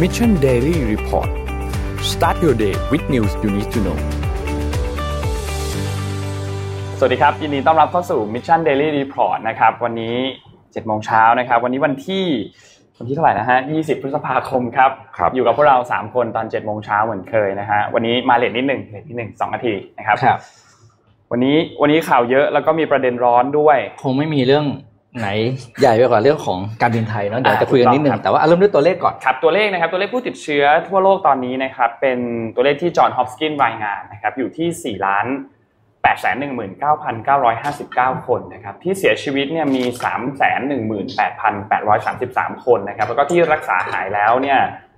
Mission Daily Report Start your day with news you need to know สวัสดีครับยินดีต้อนรับเข้าสู่ Mission Daily Report นะครับวันนี้ 7:00 น.นะครับวันนี้วันที่เท่าไหร่นะฮะ20 พฤษภาคมครับอยู่กับพวกเรา3คนตอน 7:00 น.เหมือนเคยนะฮะวันนี้มาเลทนิดนึง2 นาทีนะครับวันนี้ข่าวเยอะแล้วก็มีประเด็นร้อนด้วยคงไม่มีเรื่องไหนใหญ่ไปกว่าเรื่องของการบินไทยเนาะเดี๋ยวจะคุยกันนิดนึงแต่ว่าเริ่มด้วยตัวเลขก่อนครับตัวเลขนะครับตัวเลขผู้ติดเชื้อทั่วโลกตอนนี้นะครับเป็นตัวเลขที่จอห์นฮอปกินส์รายงานนะครับอยู่ที่ 4,819,959 คนนะครับที่เสียชีวิตเนี่ยมี 318,833 คนนะครับแล้วก็ที่รักษาหายแล้วเนี่ย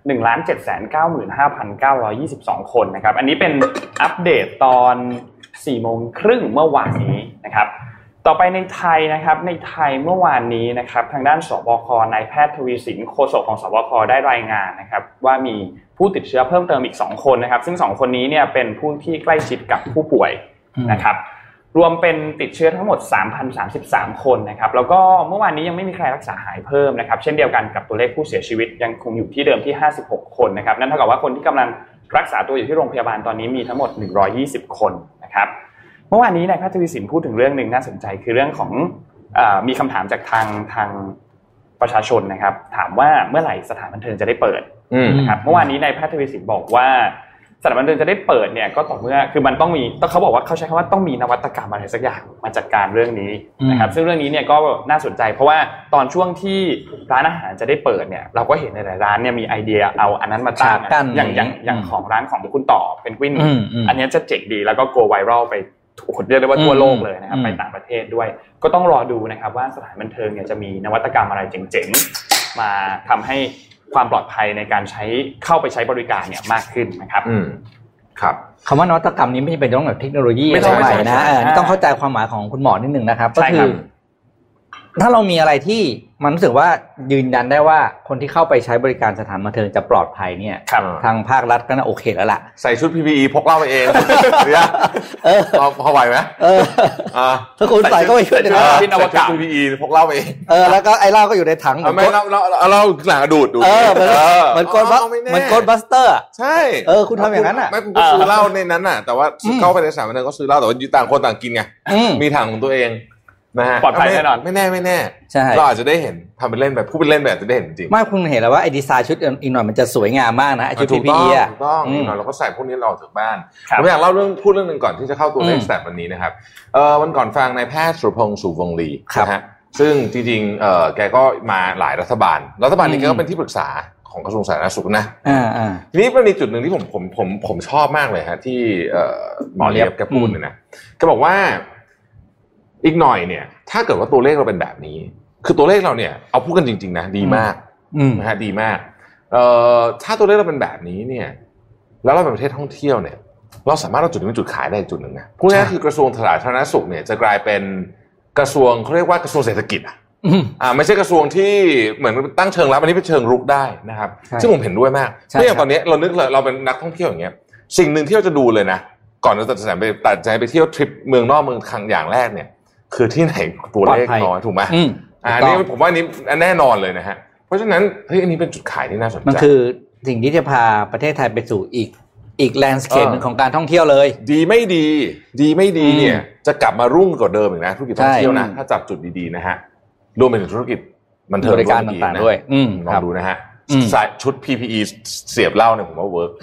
1,795,922 คนนะครับอันนี้เป็นอัปเดตตอน 4:30 น.เมื่อวานนี้นะครับต่อไปในไทยนะครับในไทยเมื่อวานนี้นะครับทางด้านสบคนายแพทย์ทวีสินโฆษกของสบคได้รายงานนะครับว่ามีผู้ติดเชื้อเพิ่มเติมอีก2คนนะครับซึ่ง2คนนี้เนี่ยเป็นผู้ที่ใกล้ชิดกับผู้ป่วยนะครับรวมเป็นติดเชื้อทั้งหมด 3,033 คนนะครับแล้วก็เมื่อวานนี้ยังไม่มีใครรักษาหายเพิ่มนะครับเช่นเดียวกันกับตัวเลขผู้เสียชีวิตยังคงอยู่ที่เดิมที่56คนนะครับนั่นเท่ากับว่าคนที่กำลังรักษาตัวอยู่ที่โรงพยาบาลตอนนี้มีทั้งหมด120คนนะครับเมื่อวานนี้นายแพทย์ทวีสินพูดถึงเรื่องนึงน่าสนใจคือเรื่องของมีคำถามจากทางประชาชนนะครับถามว่าเมื่อไหร่สถานบันเทิงจะได้เปิดนะครับเมื่อวานนี้นายแพทย์ทวีสินบอกว่าสถานบันเทิงจะได้เปิดเนี่ยก็ต่อเมื่อคือมันต้องมีเขาบอกว่าเขาใช้คำว่าต้องมีนวัตกรรมอะไรสักอย่างมาจัดการเรื่องนี้นะครับซึ่งเรื่องนี้เนี่ยก็น่าสนใจเพราะว่าตอนช่วงที่ร้านอาหารจะได้เปิดเนี่ยเราก็เห็นในหลายร้านเนี่ยมีไอเดียเอาอันนั้นมาตั้งอย่างของร้านของคุณต่อเป็นกวินอันนี้จะเจ๋งดีแล้วก็โกไวรัลไปเรียกได้ว่าทั่วโลกเลยนะครับไปต่างประเทศด้วยก็ต้องรอดูนะครับว่าสถานบันเทิงเนี่ยจะมีนวัตกรรมอะไรเจ๋งๆมาทำให้ความปลอดภัยในการเข้าไปใช้บริการเนี่ยมากขึ้นนะครับครับคำว่านวัตกรรมนี้ไม่ใช่เป็นเรื่องแบบเทคโนโลยีอะไรใหม่นะต้องเข้าใจความหมายของคุณหมอนิดนึงนะครับก็คือถ้าเรามีอะไรที่มันรู้สึกว่ายืนยันได้ว่าคนที่เข้าไปใช้บริการสถานบันเทิงจะปลอดภัยเนี่ยทางภาครัฐก็น่าโอเคแล้วล่ะใส่ชุด PPE พกเหล้าไปเองหรือพอไหวไหมถ้าคุณใส่ก็ไปช่วยในที่อวกาศ PPE พกเหล้าไปเองแล้วก็ไอ้เหล้าก็อยู่ในถังไม่เราหลังดูดเหมือนโกดบัสเตอร์ใช่คุณทำอย่างนั้นอ่ะไม่คุณก็ซื้อเหล้าในนั้นน่ะแต่ว่าเข้าไปในสถานบันเทิงก็ซื้อเหล้าแต่ว่าต่างคนต่างกินไงมีถังของตัวเองนะฮะปลอดภัยแน่นอนไม่แน่เราอาจจะได้เห็นทำเป็นเล่นแบบผู้เป็นเล่นแบบจะได้เห็นจริงไม่คุณเห็นแล้วว่าไอ้ดีไซน์ชุดอีกหน่อยมันจะสวยงามมากนะไอ้ชุด PPE อ่ะถูกต้องอีกหน่อยเราก็ใส่พวกนี้เราออกจากบ้านผมอยากเล่าพูดเรื่องนึงก่อนที่จะเข้าตัวเลขสแตทวันนี้นะครับวันก่อนฟังนายแพทย์สุรพงษ์สุวงลีนะฮะซึ่งจริงๆแกก็มาหลายรัฐบาลนี้แกก็เป็นที่ปรึกษาของกระทรวงสาธารณสุขนะทีนี้มันมีจุดนึงที่ผมชอบมากเลยฮะที่หมอเลียบแกพูดเนี่ยนะแกบอกว่าอีกหน่อยเนี่ยถ้าเกิดว่าตัวเลขเราเป็นแบบนี้คือตัวเลขเราเนี่ยเอาพูดกันจริงๆนะดีมากนะฮะดีมากถ้าตัวเลขเราเป็นแบบนี้เนี่ยแล้วเราเป็นประเทศท่องเที่ยวเนี่ยเราสามารถเอาจุดนี้เป็นจุดขายได้จุดหนึ่งนะพูดง่ายๆคือกระทรวงสาธารณสุขเนี่ยจะกลายเป็นกระทรวงเขาเรียกว่ากระทรวงเศรษฐกิจไม่ใช่กระทรวงที่เหมือนตั้งเชิงรับอันนี้เป็นเชิงรุกได้นะครับซึ่งผมเห็นด้วยมากเพราะอย่างตอนนี้เรานึกเลยเราเป็นนักท่องเที่ยวอย่างเงี้ยสิ่งหนึ่งที่เราจะดูเลยนะก่อนเราจะตัดใจไปเที่ยวทริปเมืองนอกเมืองคังอย่างแรกเนี่ยคือที่ไหนตัวเลขน้อยถูกไหมอันนี้ผมว่านี้แน่นอนเลยนะฮะเพราะฉะนั้นอันนี้เป็นจุดขายที่น่าสนใจมันคือสิ่งที่จะพาประเทศไทยไปสู่อีกแลนด์สเคปนึงของการท่องเที่ยวเลยดีไม่ดีเนี่ยจะกลับมารุ่งกว่าเดิมอีกนะธุรกิจท่องเที่ยวนะถ้าจับจุดดีๆนะฮะรวมไปถึงธุรกิจบันเทิงบริการต่างๆด้วยลองดูนะฮะใส่ชุด PPE เสียบเหล้าเนี่ยผมว่าเวิร์ก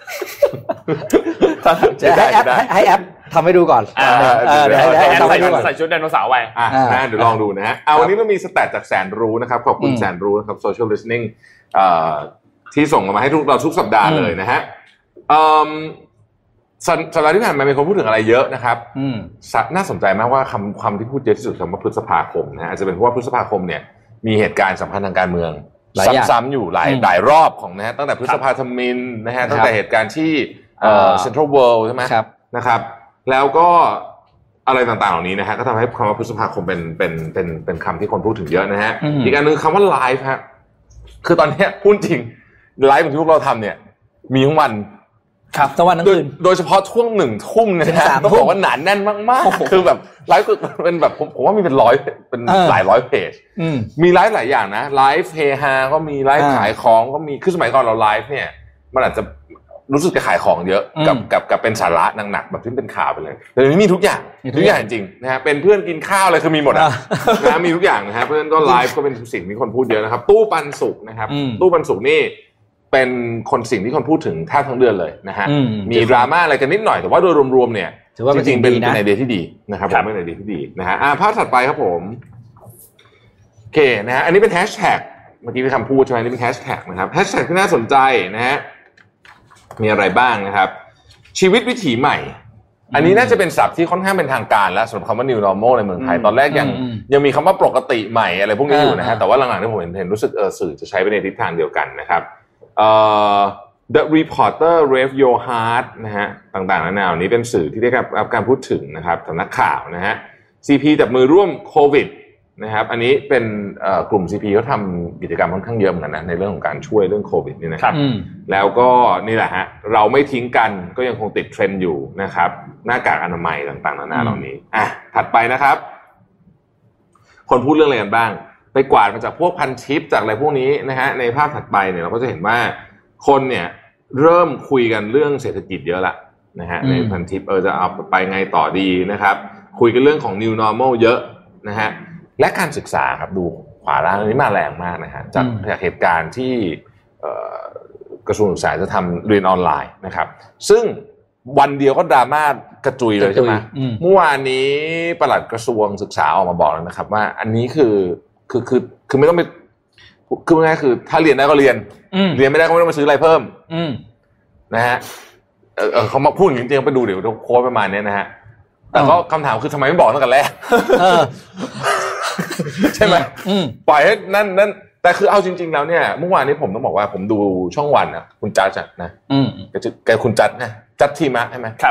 ให้แอปทำให้ดูก่อนใส่ชุดไดโนเสาร์ไว้เดี๋ยวลองดูนะฮะวันนี้มันมีสแตทจากแสนรู้นะครับขอบคุณแสนรู้นะครับ Social Listening ที่ส่งมาให้เราทุกสัปดาห์เลยนะฮะสัปดาห์ที่ผ่านมามีคนพูดถึงอะไรเยอะนะครับน่าสนใจมากว่าคำที่พูดเยอะที่สุดคำว่าพฤษภาคมนะอาจจะเป็นเพราะว่าพฤษภาคมเนี่ยมีเหตุการณ์สำคัญทางการเมืองซ้ำๆอยู่หลายรอบของนะฮะตั้งแต่พฤษภาธมิฬนะฮะตั้งแต่เหตุการณ์ที่Central World ใช่ไหมนะครับแล้วก็อะไรต่างๆเหล่านี้นะฮะก็ทำให้คำว่าพฤษภาคมเป็นคำที่คนพูดถึงเยอะนะฮะอีกอันนึงคำว่าไลฟ์ฮะคือตอนนี้พูดจริงไลฟ์ที่พวกเราทำเนี่ยมีทั้งวันครับทั้งวันทั้งคืนโดยเฉพาะช่วง1 ทุ่มเนี่ยนะต้องบอกว่าหนาแน่นมากๆคือแบบไลฟ์เป็นแบบผมว่ามีเป็น100เป็นหลายร้อยเพจมีไลฟ์หลายอย่างนะไลฟ์เฮฮาก็มีไลฟ์ขายของก็มีคือสมัยก่อนเราไลฟ์เนี่ยมันอาจจะรู้สึกจะขายของเยอะกับเป็นสาระหนักๆแบบที่เป็นข่าวไปเลยแต่นี้มีทุกอย่างจริงนะฮะเป็นเพื่อนกินข้าวอะไรคือมีหมดนะมีทุกอย่างนะฮะเพื่อนก็ไลฟ์ก็เป็นสิ่งที่คนพูดเยอะนะครับตู้ปันสุกนะครับตู้ปันสุกนี่เป็นสิ่งที่คนพูดถึงแทบทั้งเดือนเลยนะฮะมีดราม่าอะไรกันนิดหน่อยแต่ว่าโดยรวมๆเนี่ยจริงๆเป็นไอเดียที่ดีนะครับผมเป็นไอเดียที่ดีนะฮะภาพถัดไปครับผมโอเคนะฮะอันนี้เป็นแฮชแท็กเมื่อกี้เป็นคำพูดใช่ไหมนี่เป็นแฮชแท็กนะครับแฮชแท็กที่น่าสนใจนะฮะมีอะไรบ้างนะครับชีวิตวิถีใหม่อันนี้น่าจะเป็นศัพท์ที่ค่อนข้างเป็นทางการแล้วสำหรับคำว่า new normal ในเมืองไทยตอนแรกยังมีคำว่าปกติใหม่อะไรพวกนี้อยู่นะฮะแต่ว่าหลังๆที่ผมเห็นรู้สึกสื่อจะใช้ไปในทิศทางเดียวกันนะครับThe Reporter Rave Your Heart นะฮะต่างๆนานานี้เป็นสื่อที่ได้รับการพูดถึงนะครับสำนักข่าวนะฮะ CP จับมือร่วมโควิดนะครับอันนี้เป็นกลุ่ม CP เขาทำกิจกรรมค่อนข้างเยอะเหมือนกันนะในเรื่องของการช่วยเรื่องโควิดนี่นะครับแล้วก็นี่แหละฮะเราไม่ทิ้งกันก็ยังคงติดเทรนด์อยู่นะครับหน้ากากอนามัยต่างๆนานาเหล่านี้ถัดไปนะครับคนพูดเรื่องอะไรกันบ้างไปกวาดมาจากพวกพันชิปจากอะไรพวกนี้นะฮะในภาพถัดไปเนี่ยเราก็จะเห็นว่าคนเนี่ยเริ่มคุยกันเรื่องเศรษฐกิจเยอะละนะฮะในพันทิปจะเอาไปไงต่อดีนะครับคุยกันเรื่องของ new normal เยอะนะฮะและการศึกษาครับดูขวาล่างอันนี้มาแรงมากนะฮะจากเหตุการณ์ที่กระทรวงศึกษาจะทำเรียนออนไลน์นะครับซึ่งวันเดียวก็ดราม่ากระจุยเลยใช่ไหมเมื่อวานนี้ปลัดกระทรวงศึกษาออกมาบอกแล้วนะครับว่าอันนี้คือไม่ต้องไปคือง่ายคือถ้าเรียนได้ก็เรียนไม่ได้ก็ไม่ต้องมาซื้ออะไรเพิ่มนะฮะเขามาพูดจริงๆไปดูเดี๋ยวโค้ดประมาณนี้นะฮะแต่ก็คำถามคือทำไมไม่บอกตั้งแต่แรกใช่ไหมปล่อยให้นั่นแต่คือเอาจริงๆแล้วเนี่ยเมื่อวานนี้ผมต้องบอกว่าผมดูช่องวันนะคุณจัดนะแกคุณจัดนะจัดทีมะใช่ไหมครับ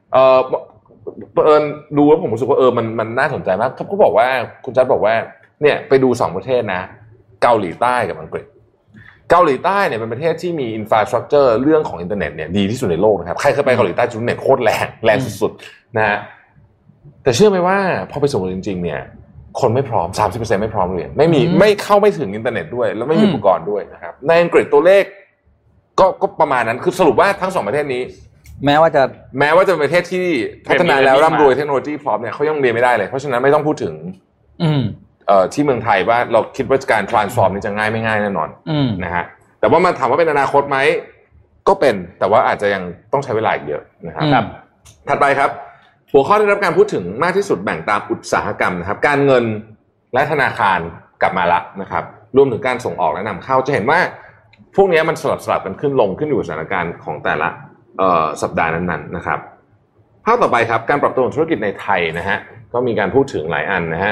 ดูแล้วผมรู้สึกว่ามันน่าสนใจมากเขาบอกว่าคุณจัดบอกว่าเนี่ยไปดู2ประเทศนะเกาหลีใต้กับอังกฤษเกาหลีใต้เนี่ยเป็นประเทศที่มีอินฟราสตรัคเจอร์เรื่องของอินเทอร์เน็ตเนี่ยดีที่สุดในโลกนะครับใครเคยไปเกาหลีใต้อินเทอร์เน็ตโคตรแรงสุดๆนะฮะแต่เชื่อไหมว่าพอไปส่งจริงๆเนี่ยคนไม่พร้อม 30% ไม่พร้อมเรียนไม่เข้าไม่ถึงอินเทอร์เน็ตด้วยแล้วไม่มีอุปกรณ์ด้วยนะครับในอังกฤษตัวเลขก็ประมาณนั้นคือสรุปว่าทั้ง2ประเทศนี้แม้ว่าจะเป็นประเทศที่พัฒนาแล้วร่ำรวยเทคโนโลยีพร้อมเนี่ยเขายังเรียนไม่ได้เลยเพราะฉะนั้นไม่ต้องพูดถึงที่เมืองไทยว่าเราคิดว่าการ transform นี่จะง่ายไม่ง่ายแน่นอนนะฮะแต่ว่ามาถามว่าเป็นอนาคตไหมก็เป็นแต่ว่าอาจจะยังต้องใช้เวลาอีกเยอะนะครับถัดไปครับหัวข้อที่ได้รับการพูดถึงมากที่สุดแบ่งตามอุตสาหกรรมนะครับการเงินและธนาคารกลับมาละนะครับรวมถึงการส่งออกและนำเข้าจะเห็นว่าพวกนี้มันสลับกันขึ้นลงขึ้นอยู่กับสถานการณ์ของแต่ละสัปดาห์นั้นๆนะครับภาพต่อไปครับการปรับตัวของธุรกิจในไทยนะฮะก็มีการพูดถึงหลายอันนะฮะ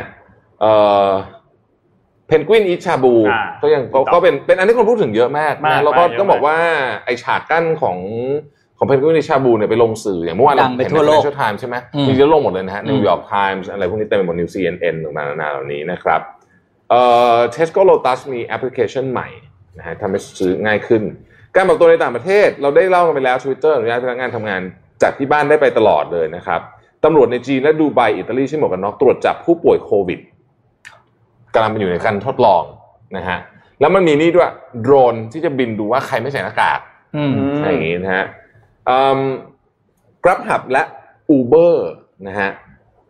เพนกวินอีชาบูก็เป็นอันที่คนพูดถึงเยอะมากนะแล้วก็ต้องบอกว่าไอฉากกั้นของเพนกวินอีชาบูเนี่ยไปลงสื่ออย่างเมื่อวานเราเห็นใน Financial Times ใช่ไหมจริงๆลงหมดเลยนะฮะ New York Times อะไรพวกนี้เต็มไปหมด New CNN ต่างๆนานาเหล่านี้นะครับTesco Lotus มีแอปพลิเคชันใหม่นะฮะทำให้ซื้อง่ายขึ้นการปรับตัวในต่างประเทศเราได้เล่ากันไปแล้ว Twitter อนุญาตพนักงานทำงานจากที่บ้านได้ไปตลอดเลยนะครับตำรวจในจีนและดูไบอิตาลีใช้หมวกกันน็อกตรวจจับผู้ป่วยโควิดกำลังเป็นอยู่ในการทดลองนะฮะแล้วมันมีนี่ด้วยโดรนที่จะบินดูว่าใครไม่ใส่หน้ากากอะไรอย่างงี้นะฮะGrubhub และ Uber นะฮะ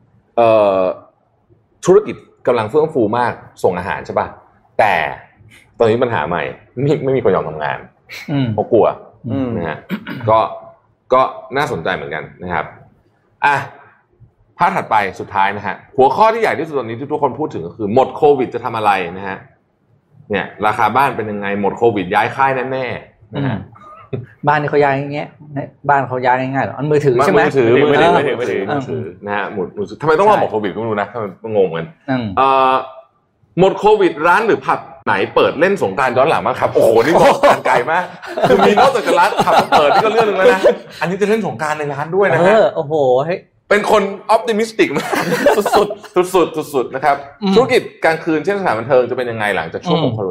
ธุรกิจกำลังเฟื่องฟูมากส่งอาหารใช่ป่ะแต่ตอนนี้ปัญหาใหม่ไม่มีคนยอมทำงานเพราะกลัวนะฮะก็น่าสนใจเหมือนกันนะครับภาพถัดไปสุดท้ายนะฮะหัวข้อที่ใหญ่ที่สุดตอนนี้ที่ทุกคนพูดถึงก็คือหมดโควิดจะทำอะไรนะฮะเนี่ยราคาบ้านเป็นยังไงหมดโควิดย้ายค่ายแน่ๆนะฮะบ้านนี่เขาย้ายอย่างเงี้ยบ้านเขาย้ายง่ายๆหรออันมือถือใช่ไหมมือถือนะฮะหมดทำไมต้องว่าหมดโควิดก็ไม่รู้นะมันงงกันหมดโควิดร้านหรือผับไหนเปิดเล่นสงกรานต์ย้อนหลังมั้งครับโอ้โหนี่บอกการไกลมากคือมีนอกจากร้านผับเปิดนี่ก็เรื่องนึงแล้วนะอันนี้จะเล่นสงกรานต์ในร้านด้วยนะฮะโอ้โหเป็นคนออพติมิสติกมากสุดๆนะครับธุรกิจกลางคืนเช่นสถานบันเทิงจะเป็นยังไงหลังจากช่วงโควิด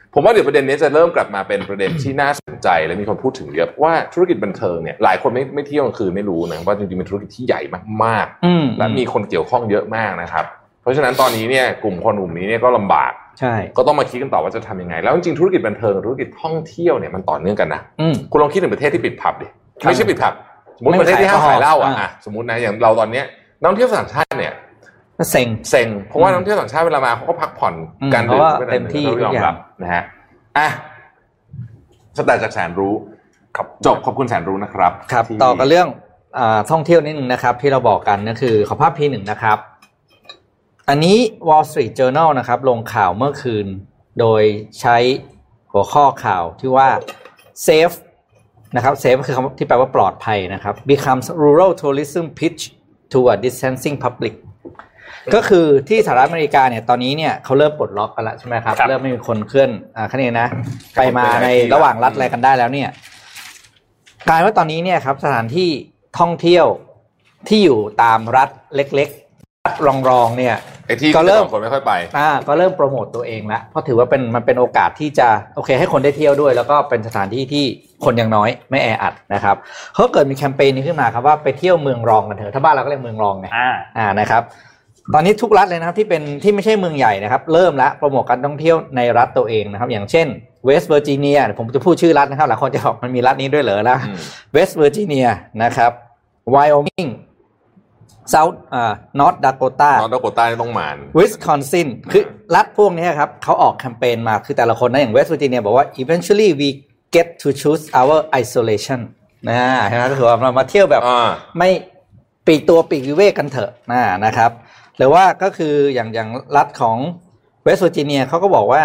ผมว่าเดี๋ยวประเด็นนี้จะเริ่มกลับมาเป็นประเด็นที่น่าสนใจและมีคนพูดถึงเยอะเพราะว่าธุรกิจบันเทิงเนี่ยหลายคนไม่เที่ยวกลางคืนไม่รู้นะว่าจริงๆเป็นธุรกิจที่ใหญ่มากๆและมีคนเกี่ยวข้องเยอะมากนะครับเพราะฉะนั้นตอนนี้เนี่ยกลุ่มคนกลุ่มนี้เนี่ยก็ลำบากใช่ก็ต้องมาคิดกันต่อว่าจะทำยังไงแล้วจริงๆธุรกิจบันเทิงกับธุรกิจท่องเที่ยวเนี่ยมันต่อเนื่องกันนะคุณลองคิดถึงประเทศที่ปิดผับดิไม่ใช่ปิดผับสมมติประเทศที่ห้ามขายเหล้าสมมตินะอย่างเราตอนนี้นักท่องเที่ยวต่างชาติเนี่ยเซ็งเพราะว่านักท่องเที่ยวต่างชาติเวลามาเขาก็พักผ่อนกันดื่มเต็มที่ทุกอย่างนะฮะสแตทจากแสนรู้จบขอบคุณแสนรู้นะครับครับต่อกันเรื่องท่องเที่ยวนิดนึงนะครับที่เราบอกกันก็คือขอภาพ P1 นะครับอันนี้ Wall Street Journal นะครับลงข่าวเมื่อคืนโดยใช้หัวข้อข่าวที่ว่า safe นะครับ safe คือคำที่แปลว่าปลอดภัยนะครับ becomes rural tourism pitch to a distancing public ก็คือที่สหรัฐอเมริกาเนี่ยตอนนี้เนี่ยเขาเริ่มปลดล็อกกันแล้วใช่ไหมครับเริ่มไม่มีคนเคลื่อนคันนี้นะไปมาในระหว่างรัฐอะไรกันได้แล้วเนี่ยกลายว่าตอนนี้เนี่ยครับสถานที่ท่องเที่ยวที่อยู่ตามรัฐเล็กๆรัฐรองๆเนี่ยก็เริ่มคนไม่ค่อยไปก็เริ่มโปรโมตตัวเองแล้วเพราะถือว่ามันเป็นโอกาสที่จะโอเคให้คนได้เที่ยวด้วยแล้วก็เป็นสถานที่ที่คนยังน้อยไม่แออัดนะครับเขาเกิดมีแคมเปญนี้ขึ้นมาครับว่าไปเที่ยวเมืองรองกันเถอะถ้าบ้านเราก็เรียกเมืองรองไงนะครับตอนนี้ทุกรัฐเลยนะครับที่ไม่ใช่เมืองใหญ่นะครับเริ่มแล้วโปรโมทการท่องเที่ยวในรัฐตัวเองนะครับอย่างเช่นเวสต์เวอร์จิเนียผมจะพูดชื่อรัฐนะครับหลายคนจะบอกมันมีรัฐนี้ด้วยเหรอนะเวสต์เวอร์จิเนียนะครับไวโอมิงเซาท์นอร์ทดาโกตาต้องมาวิสคอนซินคือรัฐพวกนี้ครับเขาออกแคมเปญมาคือแต่ละคนนะอย่างเวสต์เวอร์จิเนียบอกว่า eventually we get to choose our isolation ใช่ไหมก็คือว่าเรามาเที่ยวแบบไม่ปีกตัวปีกวิเวกกันเถอะนะครับหรือว่าก็คืออย่างรัฐของเวสต์เวอร์จิเนียเขาก็บอกว่า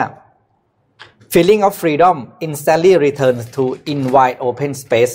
feeling of freedom instantly returns to in wide open space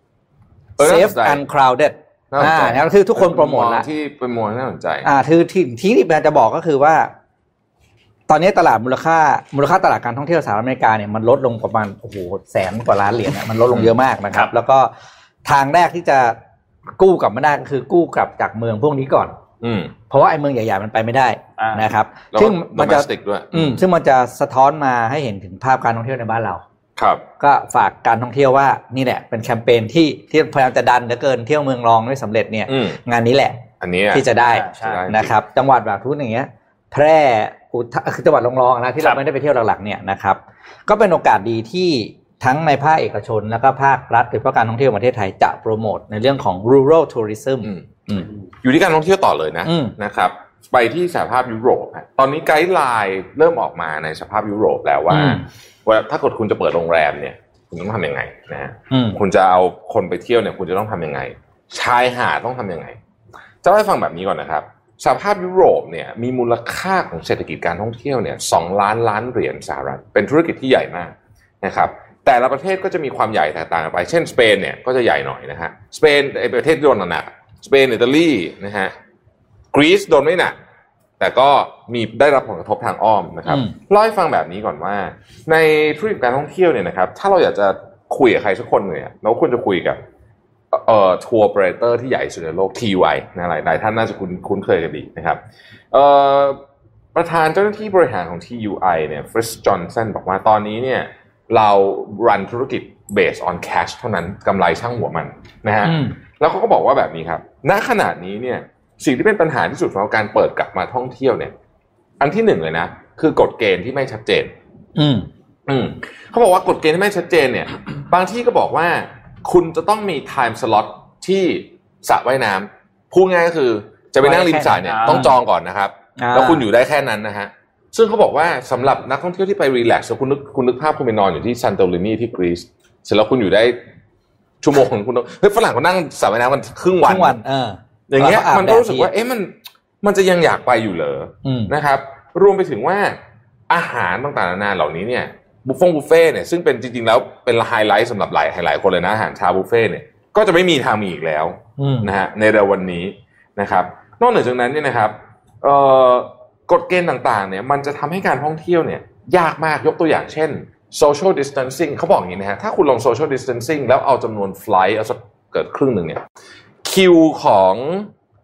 safe and crowded นั่นคือทุกคนโปรโมทแล้วที่เป็นมวยน่าสนใจคือที่จะบอกก็คือว่าตอนนี้ตลาดมูลค่าตลาดการท่องเที่ยวสหรัฐอเมริกาเนี่ยมันลดลงประมาณ100,000 กว่าล้านเหรียญเนี่ยมันลดลงเยอะมากนะครับแล้วก็ทางแรกที่จะกู้กลับมาได้ก็คือกู้กลับจากเมืองพวกนี้ก่อนเพราะว่าไอ้เมืองใหญ่ๆมันไปไม่ได้นะครับซึ่งมันจะซึ่งมันจะสะท้อนมาให้เห็นถึงภาพการท่องเที่ยวในบ้านเราครับก็ฝากการท่องเที่ยวว่านี่แหละเป็นแคมเปญที่พยายามจะดันเหลือเกินเที่ยวเมืองรองไม่สำเร็จเนี่ยงานนี้แหละอันนี้ที่จะได้นะครับจังหวัดแบบทุกอย่างเงี้ยแพร่คือจังหวัดรองๆนะที่เราไม่ได้ไปเที่ยวหลักๆเนี่ยนะครับก็เป็นโอกาสดีที่ทั้งในภาคเอกชนแล้วก็ภาครัฐโดยเฉพาะการท่องเที่ยวประเทศไทยจะโปรโมทในเรื่องของ rural tourism อยู่ที่การท่องเที่ยวต่อเลยนะครับไปที่สหภาพยุโรปตอนนี้ไกด์ไลน์เริ่มออกมาในสหภาพยุโรปแล้วว่าถ้าเกิดคุณจะเปิดโรงแรมเนี่ยคุณต้องทำยังไงนะฮะคุณจะเอาคนไปเที่ยวเนี่ยคุณจะต้องทำยังไงชายหาดต้องทำยังไงจะให้ฟังแบบนี้ก่อนนะครับสหภาพยุโรปเนี่ยมีมูลค่าของเศรษฐกิจการท่องเที่ยวเนี่ย2 ล้านล้านเหรียญสหรัฐเป็นธุรกิจที่ใหญ่มากนะครับแต่ละประเทศก็จะมีความใหญ่แตกต่างกันไปเช่นสเปนเนี่ยก็จะใหญ่หน่อยนะฮะสเปนไอ้ประเทศที่โดนหนักสเปนอิตาลีนะฮะกรีซโดนไม่หนักแต่ก็มีได้รับผลกระทบทางอ้อมนะครับเล่าให้ฟังแบบนี้ก่อนว่าในธุรกิจการท่องเที่ยวเนี่ยนะครับถ้าเราอยากจะคุยกับใครสักคนเนี่ยเราควรจะคุยกับทัวร์โอเปอเรเตอร์ที่ใหญ่สุดในโลก TUI นะหลายท่านน่าจะคุ้นเคยกันดีนะครับประธานเจ้าหน้าที่บริหารของ TUI เนี่ยฟริสจอห์นสันบอกว่าตอนนี้เนี่ยเรารันธุรกิจ based on cash เท่านั้นกำไรช่างหัวมันนะฮะแล้วเขาก็บอกว่าแบบนี้ครับณขณะนี้เนี่ยสิ่งที่เป็นปัญหาที่สุดของการเปิดกลับมาท่องเที่ยวเนี่ยอันที่1เลยนะคือกฎเกณฑ์ที่ไม่ชัดเจนเขาบอกว่ากฎเกณฑ์ที่ไม่ชัดเจนเนี่ยบางที่ก็บอกว่าคุณจะต้องมี time slot ที่สระว่ายน้ำพูดง่ายก็คือจะไปนั่งริมสระเนี่ยต้องจองก่อนนะครับแล้วคุณอยู่ได้แค่นั้นนะฮะซึ่งเขาบอกว่าสำหรับนักท่องเที่ยวที่ไปรีแลกซ์คุณนึกภาพคุณไปนอนอยู่ที่ซันโตรินีที่กรีซเสร็จแล้วคุณอยู่ได้ชั่วโมงคุณฝรั่งเขานั่งสระว่ายน้ำกันครึ่งวันอย่างเงี้ยมันก็รู้สึกว่ามันจะยังอยากไปอยู่เหรอนะครับรวมไปถึงว่าอาหารต่างๆนานาเหล่านี้เนี่ยบุฟเฟ่เนี่ยซึ่งเป็นจริงๆแล้วเป็นไฮไลท์สำหรับหลายคนเลยนะอาหารชาบุฟเฟ่เนี่ยก็จะไม่มีทางมีอีกแล้วนะฮะในเร็ววันนี้นะครับนอกจากนั้นเนี่ยนะครับกฎเกณฑ์ต่างๆเนี่ยมันจะทำให้การท่องเที่ยวเนี่ยยากมากยกตัวอย่างเช่น social distancing เขาบอกอย่างนี้นะฮะถ้าคุณลง social distancing แล้วเอาจำนวนไฟล์เอาสักเกิดครึ่งนึงเนี่ยคิวของ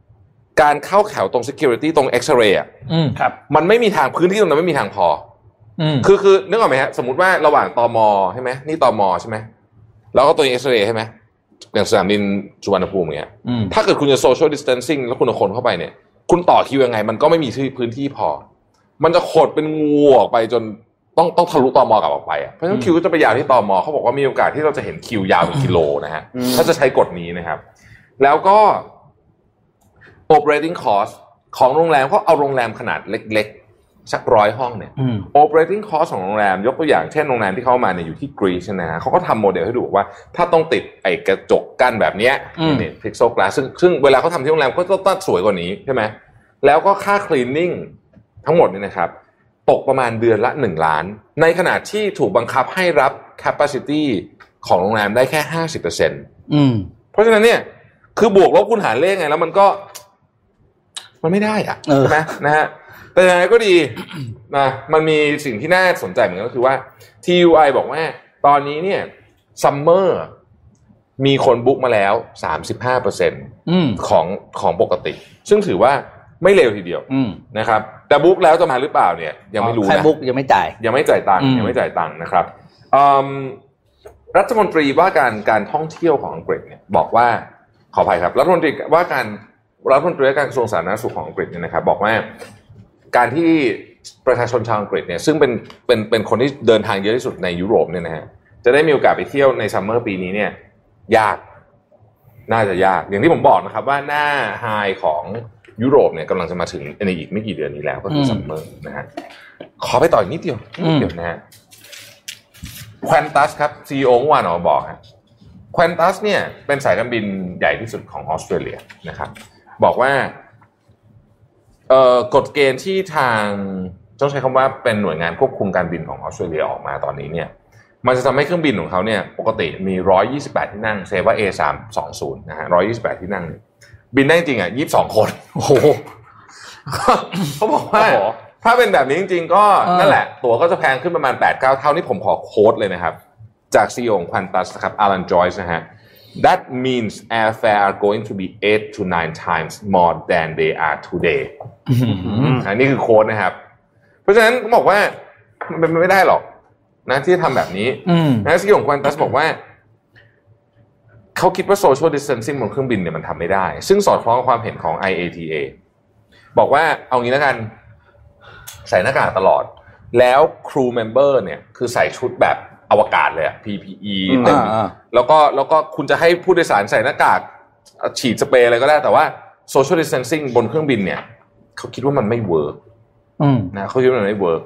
การเข้าแถวตรง security ตรง X-ray อ่ะมันไม่มีทางพื้นที่ตรงนั้นไม่มีทางพอคือนึกออกไหมฮะสมมุติว่าระหว่างตม.ใช่ไหมนี่ตม.ใช่ไหมแล้วก็ตัวเอ็กซเรย์ใช่ไหมอย่างสนามบินสุวรรณภูมิอย่างเงี้ยถ้าเกิดคุณจะ social distancing แล้วคุณเอาคนเข้าไปเนี่ยคุณต่อคิวยังไงมันก็ไม่มีพื้นที่พอมันจะขดเป็นงูออกไปจนต้องทะลุตม.กลับออกไปเพราะฉะนั้นคิวก็จะไปยาวที่ตม.เขาบอกว่ามีโอกาสที่เราจะเห็นคิวยาวเป็นกิโลนะฮะถ้าจะใช้กฎนี้นะครับแล้วก็ operating cost ของโรงแรมเขาเอาโรงแรมขนาดเล็กๆสัก100 ห้องเนี่ย operating cost ของโรงแรมยกตัวอย่างเช่นโรงแรมที่เข้ามาเนี่ยอยู่ที่กรีซนะฮะเขาก็ทำโมเดลให้ดูว่าถ้าต้องติดไอ้กระจกกั้นแบบเนี้ยนี่ pixel glass ซึ่งเวลาเขาทำที่โรงแรมก็ต้องสวยกว่านี้ใช่ไหมแล้วก็ค่า cleaning ทั้งหมดนี่นะครับตกประมาณเดือนละ1 ล้านในขณะที่ถูกบังคับให้รับ capacity ของโรงแรมได้แค่ 50% เพราะฉะนั้นเนี่ยคือบวกลบคูณหารเลขไงแล้วมันไม่ได้อะใช่ไหมนะฮะแต่ยังไงก็ดีนะมันมีสิ่งที่น่าสนใจเหมือนกันก็คือว่า TUI บอกว่าตอนนี้เนี่ยซัมเมอร์มีคนบุ๊กมาแล้ว 35% ของปกติซึ่งถือว่าไม่เร็วทีเดียวนะครับแต่บุ๊กแล้วจะมาหรือเปล่าเนี่ยยังไม่รู้นะแค่บุ๊กยังไม่จ่ายตังค์นะครับรัฐมนตรีว่าการท่องเที่ยวของอังกฤษเนี่ยบอกว่าขออภัยครับรัฐมนตรีว่าการกระทรวงสาธารณสุขของอังกฤษเนี่ยนะครับบอกว่าการที่ประชาชนชาวอังกฤษเนี่ยซึ่งเป็นคนที่เดินทางเยอะที่สุดในยุโรปเนี่ยนะฮะจะได้มีโอกาสไปเที่ยวในซัมเมอร์ปีนี้เนี่ยน่าจะยากอย่างที่ผมบอกนะครับว่าหน้าไฮของยุโรปเนี่ยกำลังจะมาถึงในอีกไม่กี่เดือนนี้แล้วก็คือซัมเมอร์นะฮะขอไปต่ออีกนิดเดียวนะฮะQantas ครับ CEO เมื่อวานออกมาบอกฮะQantas เนี่ยเป็นสายการบินใหญ่ที่สุดของออสเตรเลียนะครับบอกว่ากฎเกณฑ์ที่ทางต้องใช้คำว่าเป็นหน่วยงานควบคุมการบินของออสเตรเลียออกมาตอนนี้เนี่ยมันจะทำให้เครื่องบินของเขาเนี่ยปกติมี128ที่นั่งเซว่า A320 นะฮะ128ที่นั่งบินได้จริงอ่ะ22 คนโอ้โหเขาบอกว่าถ้าเป็นแบบนี้จริงๆก็นั่นแหละตั๋วก็จะแพงขึ้นประมาณ 8-9 เท่านี่ผมขอโค้ดเลยนะครับจาก CEO ของ Qantas นะครับ Alan Joyce นะฮะThat means airfare are going to be 8 to 9 times more than they are today อันนี้คือโค้ดนะครับเพราะฉะนั้นบอกว่ามันไม่ได้หรอกนะที่จะทำแบบนี้นะซีอีโอของ Qantas บอกว่าเขาคิดว่า social distancing บนเครื่องบินเนี่ยมันทำไม่ได้ซึ่งสอดคล้องกับความเห็นของ IATA บอกว่าเอางี้แล้วกันใส่หน้ากากตลอดแล้ว crew member เนี่ยคือใส่ชุดแบบอวกาศเลยอะ PPE เต็มแล้วก็คุณจะให้ผู้โดยสารใส่หน้ากากฉีดสเปรย์อะไรก็ได้แต่ว่า social distancing บนเครื่องบินเนี่ยเขาคิดว่ามันไม่เวิร์กนะเขาคิดว่ามันไม่เวิร์ก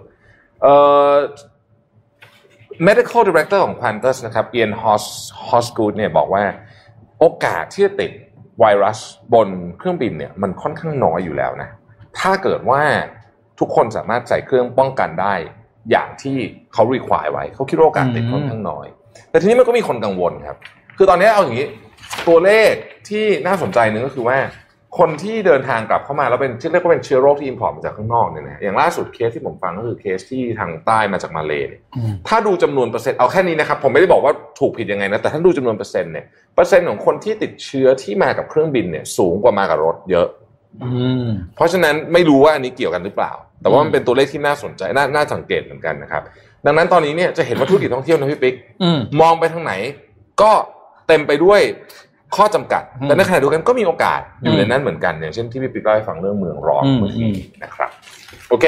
medical director ของ Qantas นะครับ Ian Hosgood เนี่ยบอกว่าโอกาสที่จะติดไวรัสบนเครื่องบินเนี่ยมันค่อนข้างน้อยอยู่แล้วนะถ้าเกิดว่าทุกคนสามารถใส่เครื่องป้องกันได้อย่างที่เขา require ไว้เขาคิดว่าโอกาสติดค่อนข้างน้อยแต่ทีนี้มันก็มีคนกังวลครับคือตอนนี้เอาอย่างนี้ตัวเลขที่น่าสนใจนึงก็คือว่าคนที่เดินทางกลับเข้ามาแล้วเป็นที่เรียกว่าเป็นเชื้อโรคที่ import มาจากข้างนอกเนี่ยนะอย่างล่าสุดเคสที่ผมฟังก็คือเคสที่ทางใต้มาจากมาเลย์ถ้าดูจำนวนเปอร์เซ็นต์เอาแค่นี้นะครับผมไม่ได้บอกว่าถูกผิดยังไงนะแต่ถ้าดูจำนวนเปอร์เซ็นต์เนี่ยเปอร์เซ็นต์ของคนที่ติดเชื้อที่มากับเครื่องบินเนี่ยสูงกว่ามากับรถเยอะเพราะฉะนั้นไม่รู้ว่าอันนี้เกี่ยวกันหรือเปล่าแต่ว่ามันเป็นตัวเลขที่น่าสนใจน่าสังเกตเหมือนกันนะครับดังนั้นตอนนี้เนี่ยจะเห็นว่าธุรกิจท่องเที่ยวนะพี่ปิ๊กมองไปทางไหนก็เต็มไปด้วยข้อจำกัดแต่ในขณะเดียวกันก็มีโอกาสอยู่ในนั้นเหมือนกันอย่างเช่นที่พี่ปิ๊กเล่าให้ฟังเรื่องเมืองร้อนเมื่อกี้นะครับโอเค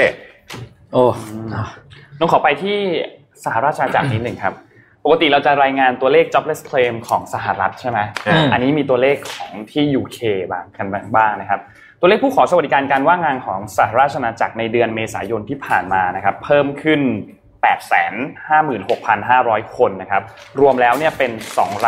ต้องขอไปที่สหราชอาณาจักรนิดหนึ่งครับปกติเราจะรายงานตัวเลข jobless claim ของสหรัฐใช่ไหมอันนี้มีตัวเลขของที่ UK บ้างนะครับตัวเลขผู้ขอสวัสดิการการว่างงานของสหราชอาณาจักรในเดือนเมษายนที่ผ่านมานะครับเพิ่มขึ้น 856,500 คนนะครับรวมแล้วเนี่ยเป็น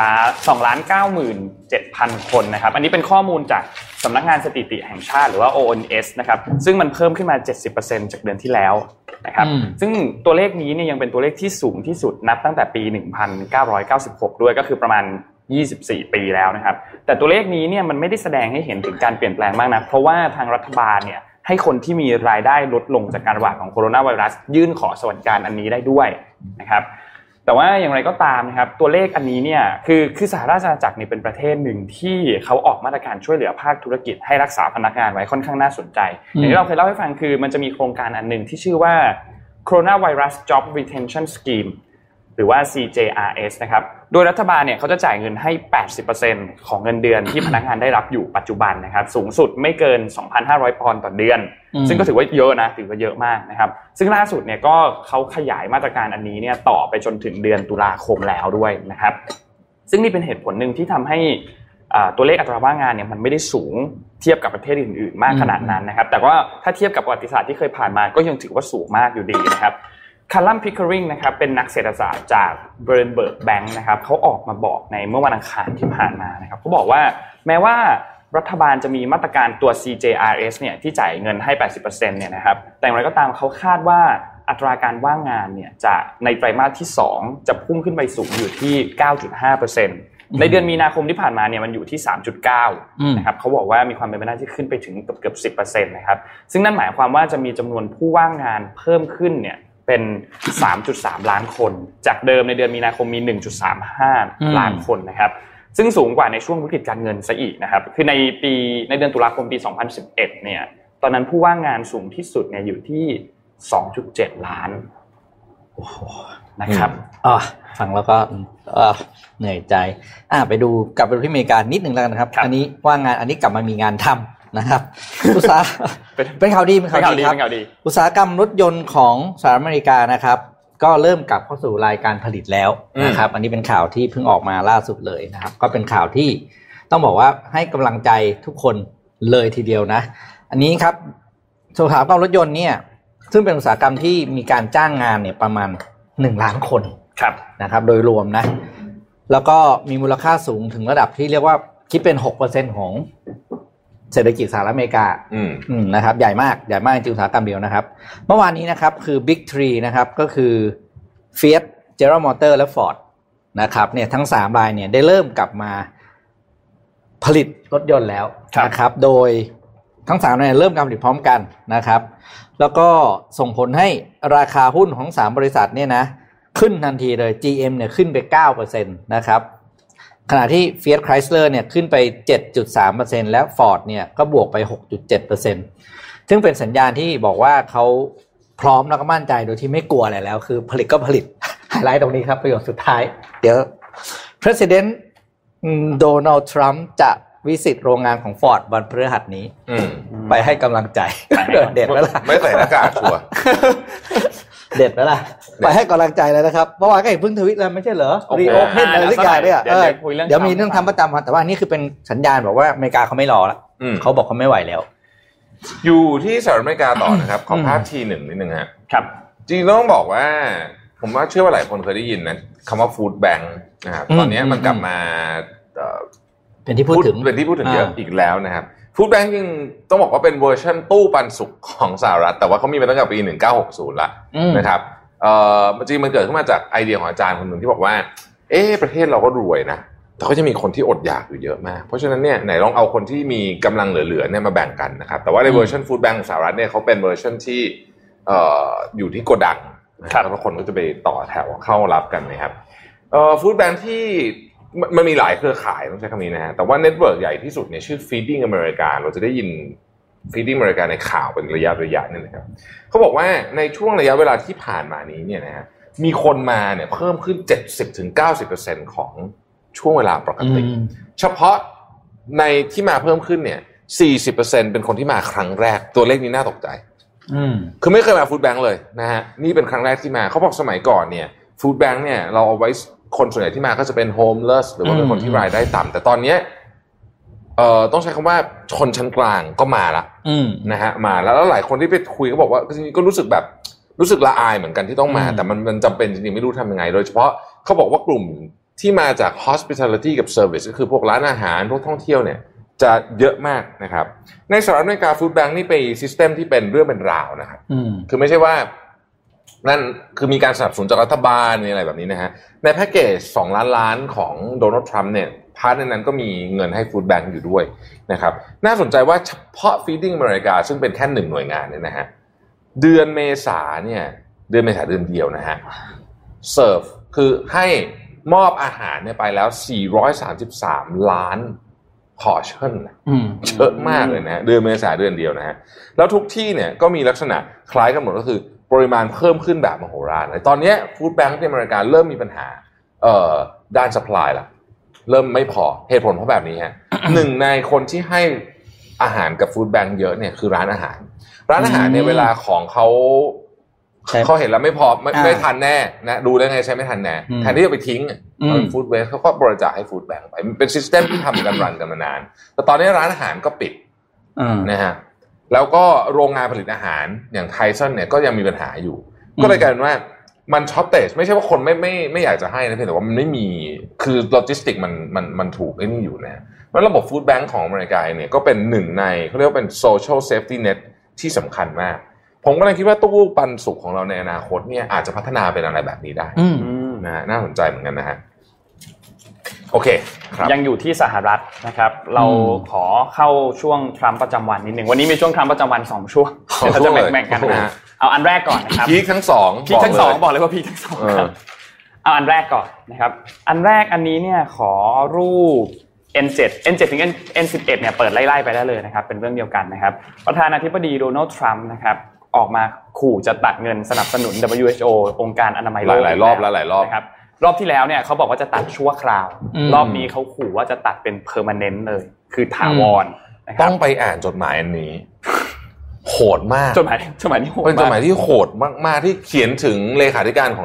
2,97,000 คนนะครับอันนี้เป็นข้อมูลจากสำนักงานสถิติแห่งชาติหรือว่า ONS นะครับซึ่งมันเพิ่มขึ้นมา 70% จากเดือนที่แล้วนะครับซึ่งตัวเลขนี้เนี่ยยังเป็นตัวเลขที่สูงที่สุดนับตั้งแต่ปี 1996 ด้วยก็คือประมาณ24 ปีแล้วนะครับแต่ตัวเลขนี้เนี่ยมันไม่ได้แสดงให้เห็นถึงการเปลี่ยนแปลงมากนะเพราะว่าทางรัฐบาลเนี่ยให้คนที่มีรายได้ลดลงจากการระบาดของโคโรนาไวรัสยื่นขอสวัสดิการอันนี้ได้ด้วยนะครับแต่ว่าอย่างไรก็ตามนะครับตัวเลขอันนี้เนี่ยคือสหราชอาณาจักรนี่เป็นประเทศหนึ่งที่เขาออกมาตรการช่วยเหลือภาคธุรกิจให้รักษาพนักงานไว้ค่อนข้างน่าสนใจอย่างที่เราเคยเล่าให้ฟังคือมันจะมีโครงการอันนึงที่ชื่อว่า Coronavirus Job Retention Scheme หรือว่า CJRS นะครับโดยรัฐบาลเนี่ยเขาจะจ่ายเงินให้ 80% ของเงินเดือนที่พนักงานได้รับอยู่ปัจจุบันนะครับสูงสุดไม่เกิน 2,500 ปอนด์ต่อเดือนซึ่งก็ถือว่าเยอะนะถือว่าเยอะมากนะครับซึ่งล่าสุดเนี่ยก็เขาขยายมาตรการอันนี้เนี่ยต่อไปจนถึงเดือนตุลาคมแล้วด้วยนะครับซึ่งนี่เป็นเหตุผลหนึ่งที่ทำให้ตัวเลขอัตราว่างงานเนี่ยมันไม่ได้สูงเทียบกับประเทศอื่นๆมากขนาดนั้นนะครับแต่ว่าถ้าเทียบกับประวัติศาสตร์ที่เคยผ่านมาก็ยังถือว่าสูงมากอยู่ดีนะครับคาร์ลัม พิคเคอริงนะครับเป็นนักเศรษฐศาสตร์จาก Berenberg Bank นะครับเขาออกมาบอกในเมื่อวันอังคารที่ผ่านมานะครับเขาบอกว่าแม้ว่ารัฐบาลจะมีมาตรการตัว CJRS เนี่ยที่จ่ายเงินให้ 80% เนี่ยนะครับแต่อย่างไรก็ตามเขาคาดว่าอัตราการว่างงานเนี่ยจะในไตรมาสที่2จะพุ่งขึ้นไปสูงอยู่ที่ 9.5%ในเดือนมีนาคมที่ผ่านมาเนี่ยมันอยู่ที่ 3.9 นะครับเขาบอกว่ามีความเป็นไปได้ที่ขึ้นไปถึงเกือบ 10% นะครับซึ่งนั่นหมายความว่าจะมีจำนวนผู้ว่างงานเพิ่มขึ้นเนี่ยเป็น 3.3 ล้านคนจากเดิมในเดือนมีนาคมมี 1.35 ล้านคนนะครับซึ่งสูงกว่าในช่วงวิกฤตการเงินซะอีกนะครับคือในเดือนตุลาคมปี 2011 เนี่ยตอนนั้นผู้ว่างงานสูงที่สุดเนี่ยอยู่ที่ 2.7 ล้านโอ้โหนะครับฟังแล้วก็เหนื่อยใจกลับไปดูที่อเมริกานิดนึงแล้วกันครับอันนี้ว่างงานอันนี้กลับมามีงานทำนะครับอุตสาหเป็นข่าวดีครับอุตสาหกรรมรถยนต์ของสหรัฐอเมริกานะครับก็เริ่มกลับเข้าสู่รายการผลิตแล้วนะครับอันนี้เป็นข่าวที่เพิ่งออกมาล่าสุดเลยนะครับก็เป็นข่าวที่ต้องบอกว่าให้กำลังใจทุกคนเลยทีเดียวนะอันนี้ครับอุตสาหกรรมรถยนต์เนี่ยซึ่งเป็นอุตสาหกรรมที่มีการจ้างงานเนี่ยประมาณ1 ล้านคนนะครับโดยรวมนะแล้วก็มีมูลค่าสูงถึงระดับที่เรียกว่าคิดเป็น 6% ของเศรษฐกิจสหรัฐอเมริกานะครับใหญ่มากจริงอุตสาหกรรมเดียวนะครับเมื่อวานนี้นะครับคือ Big 3นะครับก็คือ Fiat, General Motors และ Ford นะครับเนี่ยทั้ง3รายเนี่ยได้เริ่มกลับมาผลิตรถยนต์แล้วนะครับโดยทั้ง3รายเริ่มการผลิตพร้อมกันนะครับแล้วก็ส่งผลให้ราคาหุ้นของ3บริษัทเนี่ยนะขึ้นทันทีเลย GM เนี่ยขึ้นไป 9% นะครับขณะที่ Fiat Chrysler เนี่ยขึ้นไป 7.3% และ Ford เนี่ยก็บวกไป 6.7% ซึ่งเป็นสัญญาณที่บอกว่าเขาพร้อมแล้วก็มั่นใจโดยที่ไม่กลัวอะไรแล้วคือผลิตก็ผลิตไฮไลท์ตรงนี้ครับประโยคสุดท้ายเดี๋ยว President Donald Trump จะวิสิตโรงงานของ Ford วันพฤหัสนี้ไปให้กำลังใจเด็ดแล้วล่ะไม่ใส่หน้ากากชัวร์เด็ดแล้วล่ะไปให้กำลังใจเลยนะครับเมื่อวานก็เห็นเพิ่งทวิตแล้วไม่ใช่เหรอรีโอเพนอะไรสักอย่างเนี่ยเดี๋ยวมีเรื่องทำประจำแต่ว่านี่คือเป็นสัญญาณบอกว่าอเมริกาเขาไม่รอแล้วเขาบอกเขาไม่ไหวแล้วอยู่ที่สหรัฐอเมริกาต่อนะครับขอภาพทีหนึ่งนิดนึงครับจริงต้องบอกว่าผมว่าเชื่อว่าหลายคนเคยได้ยินนะคำว่าฟู้ดแบงค์นะครับตอนนี้มันกลับมาเป็นที่พูดถึงเยอะอีกแล้วนะครับฟู้ดแบงค์จริงต้องบอกว่าเป็นเวอร์ชันตู้ปันสุกของสหรัฐแต่ว่าเขามีมาตั้งแต่ปี1960ละนะครับจริงมันเกิดขึ้นมาจากไอเดียของอาจารย์คนหนึ่งที่บอกว่าประเทศเราก็รวยนะแต่ก็จะมีคนที่อดอยากอยู่เยอะมากเพราะฉะนั้นเนี่ยไหนลองเอาคนที่มีกำลังเหลือๆเนี่ยมาแบ่งกันนะครับแต่ว่าในเวอร์ชันฟู้ดแบงค์ของสหรัฐเนี่ยเขาเป็นเวอร์ชันที่อยู่ที่โกดังนะครับแล้วคนก็จะไปต่อแถวเข้ารับกันนะครับฟู้ดแบงค์ที่มันมีหลายเครือข่ายต้องใช้คำนี้นะฮะแต่ว่าเน็ตเวิร์กใหญ่ที่สุดเนี่ยชื่อ Feeding America เราจะได้ยิน Feeding America ในข่าวเป็นระยะนี่นะครับเขาบอกว่าในช่วงระยะเวลาที่ผ่านมานี้เนี่ยนะฮะมีคนมาเนี่ยเพิ่มขึ้น 70-90% ของช่วงเวลาปกติเฉพาะในที่มาเพิ่มขึ้นเนี่ย 40% เป็นคนที่มาครั้งแรกตัวเลขนี้น่าตกใจคือไม่เคยมาฟู้ดแบงค์เลยนะฮะนี่เป็นครั้งแรกที่มาเขาบอกสมัยก่อนเนี่ยฟู้ดแบงค์เนี่ยเราเอาไว้คนส่วนใหญ่ที่มาก็จะเป็นโฮมเลสหรือว่าเป็นคนที่รายได้ต่ำแต่ตอนนี้ต้องใช้คำว่าชนชั้นกลางก็มาละนะฮะมาแล้วหลายคนที่ไปคุยก็บอกว่าจริงๆก็รู้สึกละอายเหมือนกันที่ต้องมาแต่มันจำเป็นจริงๆไม่รู้ทำยังไงโดยเฉพาะเขาบอกว่ากลุ่มที่มาจาก hospitality กับ service ก็คือพวกร้านอาหารพวกท่องเที่ยวเนี่ยจะเยอะมากนะครับในสหรัฐอเมริกาฟู้ดแบงค์นี่เป็นซิสเต็มที่เป็นเรื่องเป็นราวนะครับคือไม่ใช่ว่านั่นคือมีการสนับสนุนจากรัฐบาลอะไรแบบนี้นะฮะในแพ็กเกจ2 ล้านของโดนัลด์ทรัมป์เนี่ยพาร์ทในนั้นก็มีเงินให้ฟู้ดแบงค์อยู่ด้วยนะครับน่าสนใจว่าเฉพาะ Feeding America ซึ่งเป็นแค่1หน่วยงานเนี่ยนะฮะเดือนเมษาเดือนเดียวนะฮะเสิร์ฟคือให้มอบอาหารเนี่ยไปแล้ว433 ล้านพอร์ชั่นเยอะมากเลยนะเดือนเมษาเดือนเดียวนะฮะแล้วทุกที่เนี่ยก็มีลักษณะคล้ายกันหมดก็คือปริมาณเพิ่มขึ้นแบบมโหฬารตอนนี้ฟู้ดแบงค์ที่อเมริกาเริ่มมีปัญหาด้าน supply ละเริ่มไม่พอเหตุผลเพราะแบบนี้ฮะ หนึ่งในคนที่ให้อาหารกับฟู้ดแบงค์เยอะเนี่ยคือร้านอาหารเนี่ยเวลาของเขาเห็นแล้วไม่พอไม่ทันแน่นะดูได้ไงใช้ไม่ทันแน่แทนที่จะไปทิ้งเป็นฟู้ดเวสต์เขาก็บริจาคให้ฟู้ดแบงค์ไปเป็นซิสเต็มที่ทำกันรันกันมานานแต่ตอนนี้ร้านอาหารก็ปิดนะฮะแล้วก็โรงงานผลิตอาหารอย่างไทสันเนี่ยก็ยังมีปัญหาอยู่ก็เลยกลายเป็นว่ามันช็อตเตจไม่ใช่ว่าคนไม่อยากจะให้นะเพียงแต่ว่ามันไม่มีคือโลจิสติกมันถูกไอ้นี่อยู่นะแล้วระบบฟู้ดแบงค์ของอเมริกาเนี่ยก็เป็นหนึ่งในเขาเรียกว่าเป็นโซเชียลเซฟตี้เน็ตที่สำคัญมากผมก็เลยคิดว่าตู้ปันสุขของเราในอนาคตเนี่ยอาจจะพัฒนาเป็นอะไรแบบนี้ได้นะฮะน่าสนใจเหมือนกันนะฮะโอเคครับยังอยู่ที่สหรัฐนะครับเราขอเข้าช่วงทรัมป์ประจำวันนิดนึงวันนี้มีช่วงทรัมป์ประจำวัน2ช่วงเราจะแบ่งกันนะเอาอันแรกก่อนนะครับพีคทั้ง2 บอกเลยว่าพีคทั้ง2ครับเอาอันแรกก่อนนะครับอันแรกอันนี้เนี่ยขอรูป N7 ถึง N11 เนี่ยเปิดไล่ๆไปได้เลยนะครับเป็นเรื่องเดียวกันนะครับประธานาธิบดีโดนัลด์ทรัมป์นะครับออกมาขู่จะตัดเงินสนับสนุน WHO องค์การอนามัยโลกหลายรอบนะครับรอบที่แล้วเนี่ยเขาบอกว่าจะตัดชั่วคราวรอบนี้เขาขู่ว่าจะตัดเป็น permanent เลยคือถาวรนะครับต้องไปอ่านจดหมายอันนี้โหดมากจดหมายนี้โหดมากเป็นจดหมายที่โหดมากๆที่เขียนถึงเลขาธิการของ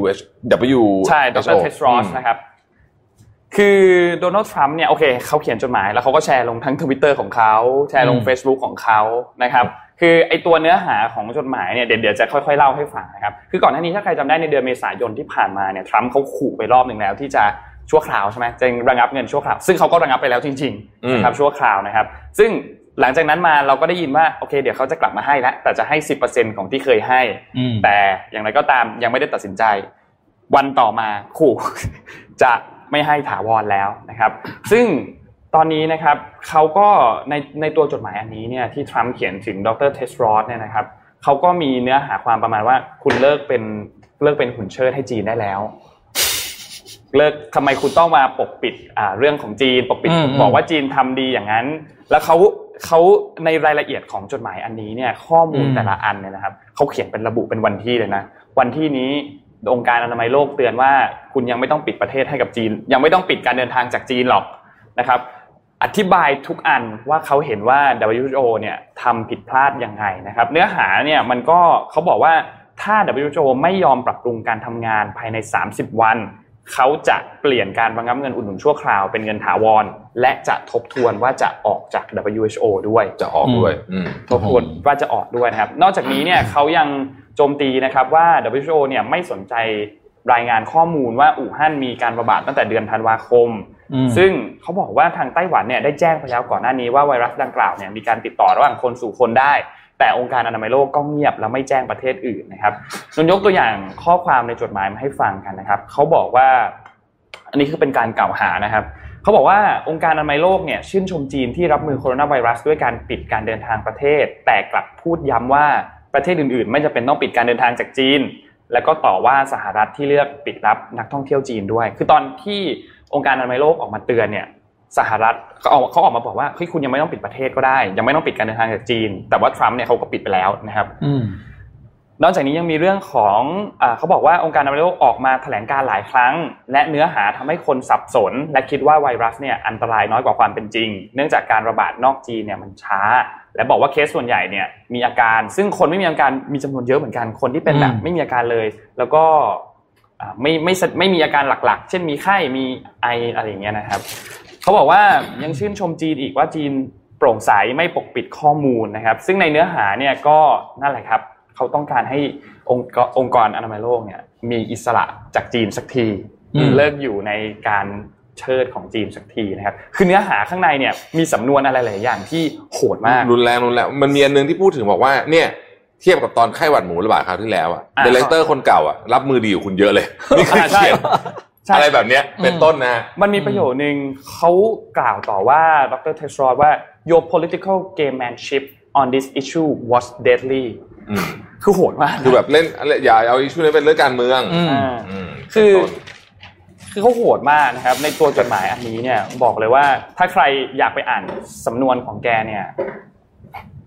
WHO ใช่ดร. เทดรอสนะครับคือโดนัลด์ทรัมป์เนี่ยโอเคเขาเขียนจดหมายแล้วเขาก็แชร์ลงทั้ง Twitter ของเขาแชร์ลง Facebook ของเขานะครับคือไอตัวเนื้อหาของจดหมายเนี่ยเดี๋ยวจะค่อยๆเล่าให้ฟังนะครับคือก่อนหน้านี้ถ้าใครจำได้ในเดือนเมษายนที่ผ่านมาเนี่ยทรัมป์เขาขู่ไปรอบนึงแล้วที่จะชั่วคราวใช่ไหมจะระงับเงินชั่วคราวซึ่งเขาก็ระงับไปแล้วจริงๆนะครับชั่วคราวนะครับซึ่งหลังจากนั้นมาเราก็ได้ยินว่าโอเคเดี๋ยวเขาจะกลับมาให้แล้วแต่จะให้ 10% ของที่เคยให้แต่อย่างไรก็ตามยังไม่ได้ตัดสินใจวันต่อมาขู่จะไม่ให้ถาวรแล้วนะครับซึ่งตอนนี้นะครับเขาก็ในตัวจดหมายอันนี้เนี่ยที่ทรัมป์เขียนถึงดร. เทดรอสเนี่ยนะครับเขาก็มีเนื้อหาความประมาณว่าคุณเลิกเป็นหุ่นเชิดให้จีนได้แล้วเลิกทำไมคุณต้องมาปกปิดเรื่องของจีนปกปิดบอกว่าจีนทำดีอย่างนั้นแล้วเขาในรายละเอียดของจดหมายอันนี้เนี่ยข้อมูลแต่ละอันเนี่ยนะครับเขาเขียนเป็นระบุเป็นวันที่เลยนะวันที่นี้องค์การอนามัยโลกเตือนว่าคุณยังไม่ต้องปิดประเทศให้กับจีนยังไม่ต้องปิดการเดินทางจากจีนหรอกนะครับอธิบายทุกอันว่าเขาเห็นว่า WHO เนี่ยทำผิดพลาดยังไงนะครับเนื้อหาเนี่ยมันก็เขาบอกว่าถ้า WHO ไม่ยอมปรับปรุงการทำงานภายใน30วันเขาจะเปลี่ยนการระงับเงินอุดหนุนชั่วคราวเป็นเงินถาวรและจะทบทวนว่าจะออกจาก WHO ด้วยจะออกด้วยทบทวนว่าจะออกด้วยนะครับนอกจากนี้เนี่ยเขายังโจมตีนะครับว่า WHO เนี่ยไม่สนใจรายงานข้อมูลว่าอู่ฮั่นมีการระบาดตั้งแต่เดือนธันวาคมซึ่งเขาบอกว่าทางไต้หวันเนี่ยได้แจ้งไปแล้วก่อนหน้านี้ว่าไวรัสดังกล่าวเนี่ยมีการติดต่อระหว่างคนสู่คนได้แต่องค์การอนามัยโลกก็เงียบแล้วไม่แจ้งประเทศอื่นนะครับยกตัวอย่างข้อความในจดหมายมาให้ฟังกันนะครับเขาบอกว่าอันนี้คือเป็นการกล่าวหานะครับเขาบอกว่าองค์การอนามัยโลกเนี่ยชื่นชมจีนที่รับมือโคโรนาไวรัสด้วยการปิดการเดินทางประเทศแต่กลับพูดย้ำว่าประเทศอื่นๆไม่จำเป็นต้องปิดการเดินทางจากจีนแล้วก็ต่อว่าสหรัฐที่เลือกปิดรับนักท่องเที่ยวจีนด้วยคือตอนที่องค์การอนามัยโลกออกมาเตือนเนี่ยสหรัฐเขาออกมาบอกว่าเฮ้ยคุณยังไม่ต้องปิดประเทศก็ได้ยังไม่ต้องปิดการเดินทางจากจีนแต่ว่าทรัมป์เนี่ยเขาก็ปิดไปแล้วนะครับนอกจากนี้ยังมีเรื่องของเขาบอกว่าองค์การอนามัยโลกออกมาแถลงการหลายครั้งและเนื้อหาทำให้คนสับสนและคิดว่าไวรัสเนี่ยอันตรายน้อยกว่าความเป็นจริงเนื่องจากการระบาดนอกจีนเนี่ยมันช้าและบอกว่าเคสส่วนใหญ่เนี่ยมีอาการซึ่งคนไม่มีอาการมีจำนวนเยอะเหมือนกันคนที่เป็นแบบไม่มีอาการเลยแล้วก็ไม่มีอาการหลักๆเช่นมีไข้มีไออะไรอย่างเงี้ยนะครับเขาบอกว่ายังชื่นชมจีนอีกว่าจีนโปร่งใสไม่ปกปิดข้อมูลนะครับซึ่งในเนื้อหาเนี่ยก็นั่นแหละครับเขาต้องการให้องค์กรอนามัยโลกเนี่ยมีอิสระจากจีนสักทีเลิกอยู่ในการเชิดของจีนสักทีนะครับคือเนื้อหาข้างในเนี่ยมีสำนวนอะไรหลายอย่างที่โหดมากรุนแรงมันมีอันนึงที่พูดถึงบอกว่าเนี่ยเทียบกับตอนไข้หวัดหมูระบาดคราวที่แล้วอ่ะดีเลกเตอร์คนเก่าอ่ะรับมือดีกว่าคุณเยอะเลยนี่คือเขียนอะไรแบบเนี้ยเป็นต้นนะมันมีประโยชน์นึงเขากล่าวต่อว่าดร. เทดรอสว่า your political gamemanship on this issue was deadly คือโหดมากคือแบบเล่นอย่าเอาอิชชูนี้เป็นเรื่องการเมืองคือเขาโหดมากนะครับในตัวจดหมายอันนี้เนี่ยบอกเลยว่าถ้าใครอยากไปอ่านสำนวนของแกเนี่ย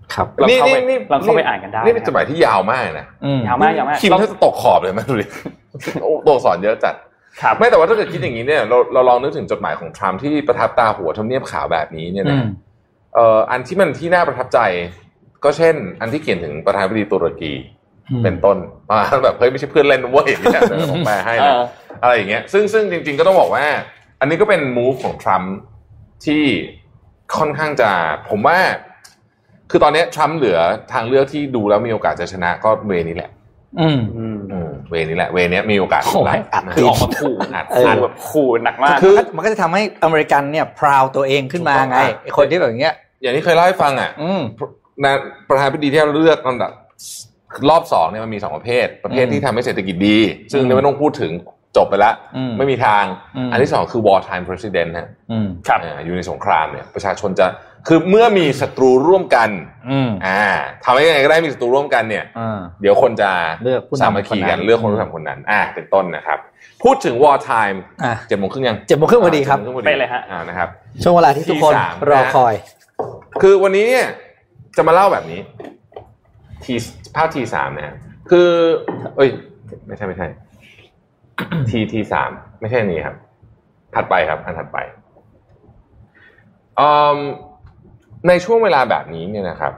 ครับเราเข้าไปอ่านกันได้นี่เป็นจดหมายที่ยาวมากนะยาวมากคิมถ้าจะตกขอบเลยมั้ยดูดิตัวสอนเยอะจัดไม่แต่ว่าถ้าเกิดคิดอย่างนี้เนี่ยเราลองนึกถึงจดหมายของทรัมป์ที่ประทับตาหัวทำเนียบขาวแบบนี้เนี่ยนะอันที่มันที่น่าประทับใจก็เช่นอันที่เขียนถึงประธานาธิบดีตุรกีเป็นต้นแบบเฮ้ยไม่ใช่เพื่อนเล่นเว้ยเนี่ยผมแปลให้นะอะไรอย่างเงี้ยซึ่งจริงๆก็ต้องบอกว่าอันนี้ก็เป็นมูฟของทรัมป์ที่ค่อนข้างจะผมว่าคือตอนนี้ทรัมป์เหลือทางเลือกที่ดูแล้วมีโอกาสจะชนะก็เวนี้แหละเวนี้แหละเวนี้มีโอกาสคือออกมาขู่แบบขู่หนักมากคือมันก็จะทำให้อเมริกันเนี่ยพราวตัวเองขึ้นมาไงคนที่แบบเงี้ยอย่างที่เคยเล่าให้ฟังอ่ะประธานาธิบดีที่เราเลือกลำดับรอบ2เนี่ยมันมี2ประเภทที่ทำให้เศรษฐกิจดีซึ่งไม่ต้องพูดถึงจบไปแล้วไม่มีทางอันที่2คือ war time president นะครับอยู่ในสงครามเนี่ยประชาชนจะคือเมื่อมีศัตรูร่วมกันทำให้ยังไงก็ได้มีศัตรูร่วมกันเนี่ยเดี๋ยวคนจะสามัคคีกันเลือกคนรู้ทำคนนั้นเป็นต้นนะครับพูดถึง war time 7:30ยัง 7:30พอดีครับไปเลยฮะนะครับช่วงเวลาที่ทุกคนรอคอยคือวันนี้เนี่ยจะมาเล่าแบบนี้ภาพ T3 นะคือไม่ใช่T3 ไม่ใช่อันนี้ครับถัดไปครับอันถัดไปในช่วงเวลาแบบนี้เนี่ยนะครับ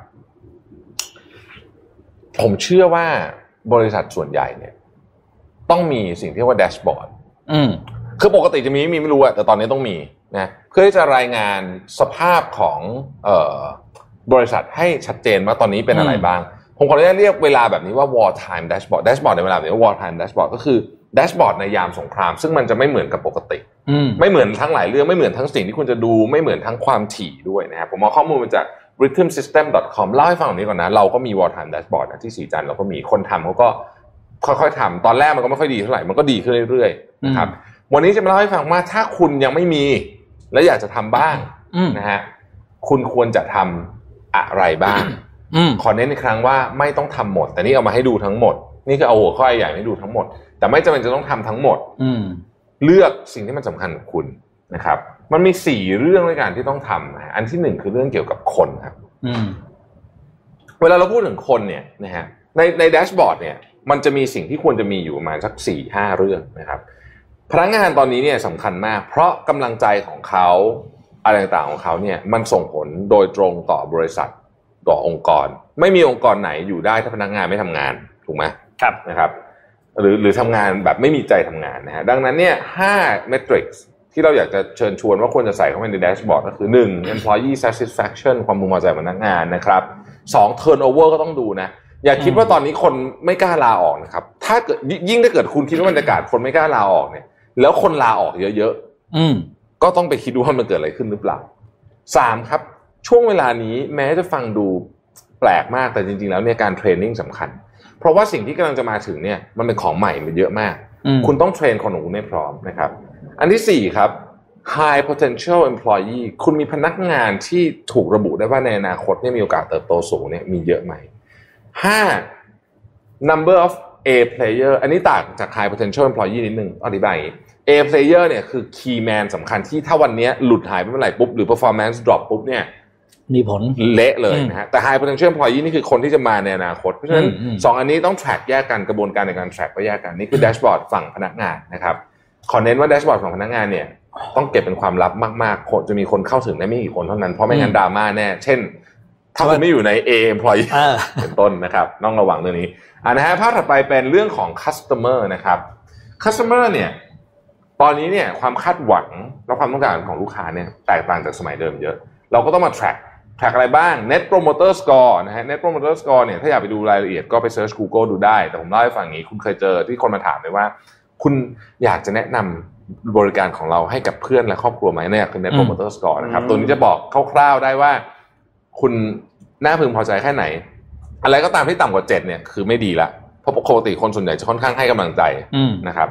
ผมเชื่อว่าบริษัทส่วนใหญ่เนี่ยต้องมีสิ่งที่เรียกว่าแดชบอร์ดคือปกติจะมีไม่รู้อะแต่ตอนนี้ต้องมีนะเพื่อที่จะรายงานสภาพของบริษัทให้ชัดเจนว่าตอนนี้เป็นอะไรบ้างผมขออนุญาตเรียกเวลาแบบนี้ว่า war time dashboard dashboard ในเวลาแบบนี้ว่า war time dashboard ก็คือแดชบอร์ดในยามสงครามซึ่งมันจะไม่เหมือนกับปกติไม่เหมือนทั้งหลายเรื่องไม่เหมือนทั้งสิ่งที่คุณจะดูไม่เหมือนทั้งความถี่ด้วยนะครับผมเอาข้อมูลมาจาก rhythmsystem.com เล่าให้ฟังแบบนี้ก่อนนะเราก็มี war time dashboard นะที่สีจันทร์เราก็มีคนทำเขาก็ค่อยๆทำตอนแรกมันก็ไม่ค่อยดีเท่าไหร่มันก็ดีขึ้นเรื่อยๆนะครับวันนี้จะมาเล่าให้ฟังว่าถ้าคุณยังไม่มีและอยากจะทำบ้างนะฮะคุณควรจะทำอะไรบ้างขอเน้นอีกครั้งว่าไม่ต้องทำหมดแต่นี่เอามาให้ดูทั้งหมดนี่คือเอาหัวข้อใหญ่ให้ดูทั้งหมดแต่ไม่จำเป็นจะต้องทำทั้งหมดเลือกสิ่งที่มันสำคัญกับคุณนะครับมันมี4เรื่องด้วยกันที่ต้องทำอันที่1คือเรื่องเกี่ยวกับคนครับเวลาเราพูดถึงคนเนี่ยนะฮะในแดชบอร์ดเนี่ยมันจะมีสิ่งที่ควรจะมีอยู่ประมาณสัก 4-5 เรื่องนะครับพนักงานตอนนี้เนี่ยสำคัญมากเพราะกำลังใจของเขาอะไรต่างๆของเขาเนี่ยมันส่งผลโดยตรงต่อบริษัทต่อองค์กรไม่มีองค์กรไหนอยู่ได้ถ้าพนักงานไม่ทำงานถูกไหมครับนะครับหรือทำงานแบบไม่มีใจทำงานนะฮะดังนั้นเนี่ย5 metrics ที่เราอยากจะเชิญชวนว่าควรจะใส่เข้าไปในแดชบอร์ดก็คือ1 employee satisfaction ความพึงพอใจพนักงานนะครับ2 turnover ก็ต้องดูนะอย่าคิดว่าตอนนี้คนไม่กล้าลาออกนะครับถ้าเกิดยิ่งถ้าเกิดคุณคิดว่าบรรยากาศคนไม่กล้าลาออกเนี่ยแล้วคนลาออกเยอะๆก็ต้องไปคิดดูว่ามันเกิดอะไรขึ้นหรือเปล่า3ครับช่วงเวลานี้แม้จะฟังดูแปลกมากแต่จริงๆแล้วเนี่ยการเทรนนิ่งสำคัญเพราะว่าสิ่งที่กำลังจะมาถึงเนี่ยมันเป็นของใหม่มันเยอะมากคุณต้องเทรนคนของคุณให้พร้อมนะครับอันที่4ครับ high potential employee คุณมีพนักงานที่ถูกระบุได้ว่าในอนาคตเนี่ยมีโอกาสเติบโตสูงเนี่ยมีเยอะไหม5 number of A player อันนี้ต่างจาก high potential employee นิดนึงอธิบายอย่างนี้ A player เนี่ยคือ key man สำคัญที่ถ้าวันนี้หลุดหายไปเมื่อไหร่ปุ๊บหรือ performance drop ปุ๊บเนี่ยมีผลเละเลยนะฮะแต่ high potential employee นี่คือคนที่จะมาในอนาคตเพราะฉะนั้น2อันนี้ต้อง track แยกกันกระบวนการในการ track ก็แยกกันนี่คือ dashboard ฝั่งพนักงานนะครับขอเน้นว่า dashboard ฝั่งพนักงานเนี่ยต้องเก็บเป็นความลับมากๆจะมีคนเข้าถึงได้ไม่กี่คนเท่านั้นเพราะไม่งั้นดราม่าแน่เช่นถ้าคุณไม่อยู่ใน A employee เป็นต้นนะครับต้องระวังเรื่องนี้นะฮะภาพถัดไปเป็นเรื่องของ customer นะครับ customer เนี่ยตอนนี้เนี่ยความคาดหวังและความต้องการของลูกค้าเนี่ยแตกต่างจากสมัยเดิมเยอะเราก็ต้องมา track อะไรบ้าง Net Promoter Score นะฮะ Net Promoter Score เนี่ยถ้าอยากไปดูรายละเอียดก็ไป search Google ดูได้แต่ผมเล่าให้ฟังอย่างนี้คุณเคยเจอที่คนมาถามเลยว่าคุณอยากจะแนะนำบริการของเราให้กับเพื่อนและครอบครัวไหมเนี่ยคือ Net Promoter Score นะครับตัวนี้จะบอกคร่าวๆได้ว่าคุณน่าพึงพอใจแค่ไหนอะไรก็ตามที่ต่ำกว่า7เนี่ยคือไม่ดีละเพราะปกติคนส่วนใหญ่จะค่อนข้างให้กำลังใจนะครับ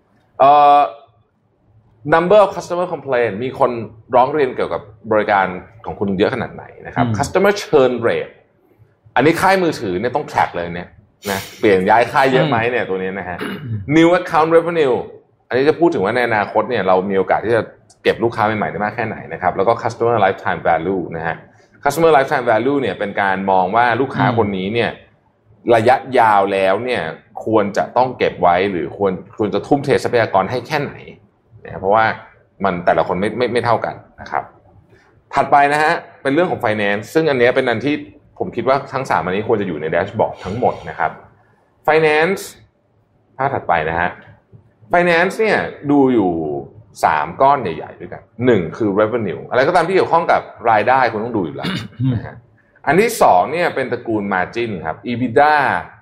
number of customer complaint มีคนร้องเรียนเกี่ยวกับบริการของคุณเยอะขนาดไหนนะครับ customer churn rate อันนี้ค่ายมือถือเนี่ยต้อง track เลยเนี่ยนะเปลี่ยนย้ายค่ายเยอะไหมเนี่ยตัวนี้นะฮะ new account revenue อันนี้จะพูดถึงว่าในอนาคตเนี่ยเรามีโอกาสที่จะเก็บลูกค้าใหม่ๆได้มากแค่ไหนนะครับแล้วก็ customer lifetime value นะฮะ customer lifetime value เนี่ยเป็นการมองว่าลูกค้าคนนี้เนี่ยระยะยาวแล้วเนี่ยควรจะต้องเก็บไว้หรือควรจะทุ่มเททรัพยากรให้แค่ไหนนะเพราะว่ามันแต่ละคนไม่เท่ากันนะครับถัดไปนะฮะเป็นเรื่องของ finance ซึ่งอันนี้เป็นอันที่ผมคิดว่าทั้ง3อันนี้ควรจะอยู่ในแดชบอร์ดทั้งหมดนะครับ finance ภาพถัดไปนะฮะ finance เนี่ยดูอยู่3ก้อนใหญ่ๆด้วยกัน1คือ revenue อะไรก็ตามที่เกี่ยวข้องกับรายได้คุณต้องดูอยู่แล้วนะฮะอันที่2เนี่ยเป็นตระกูล margin ครับ EBITDA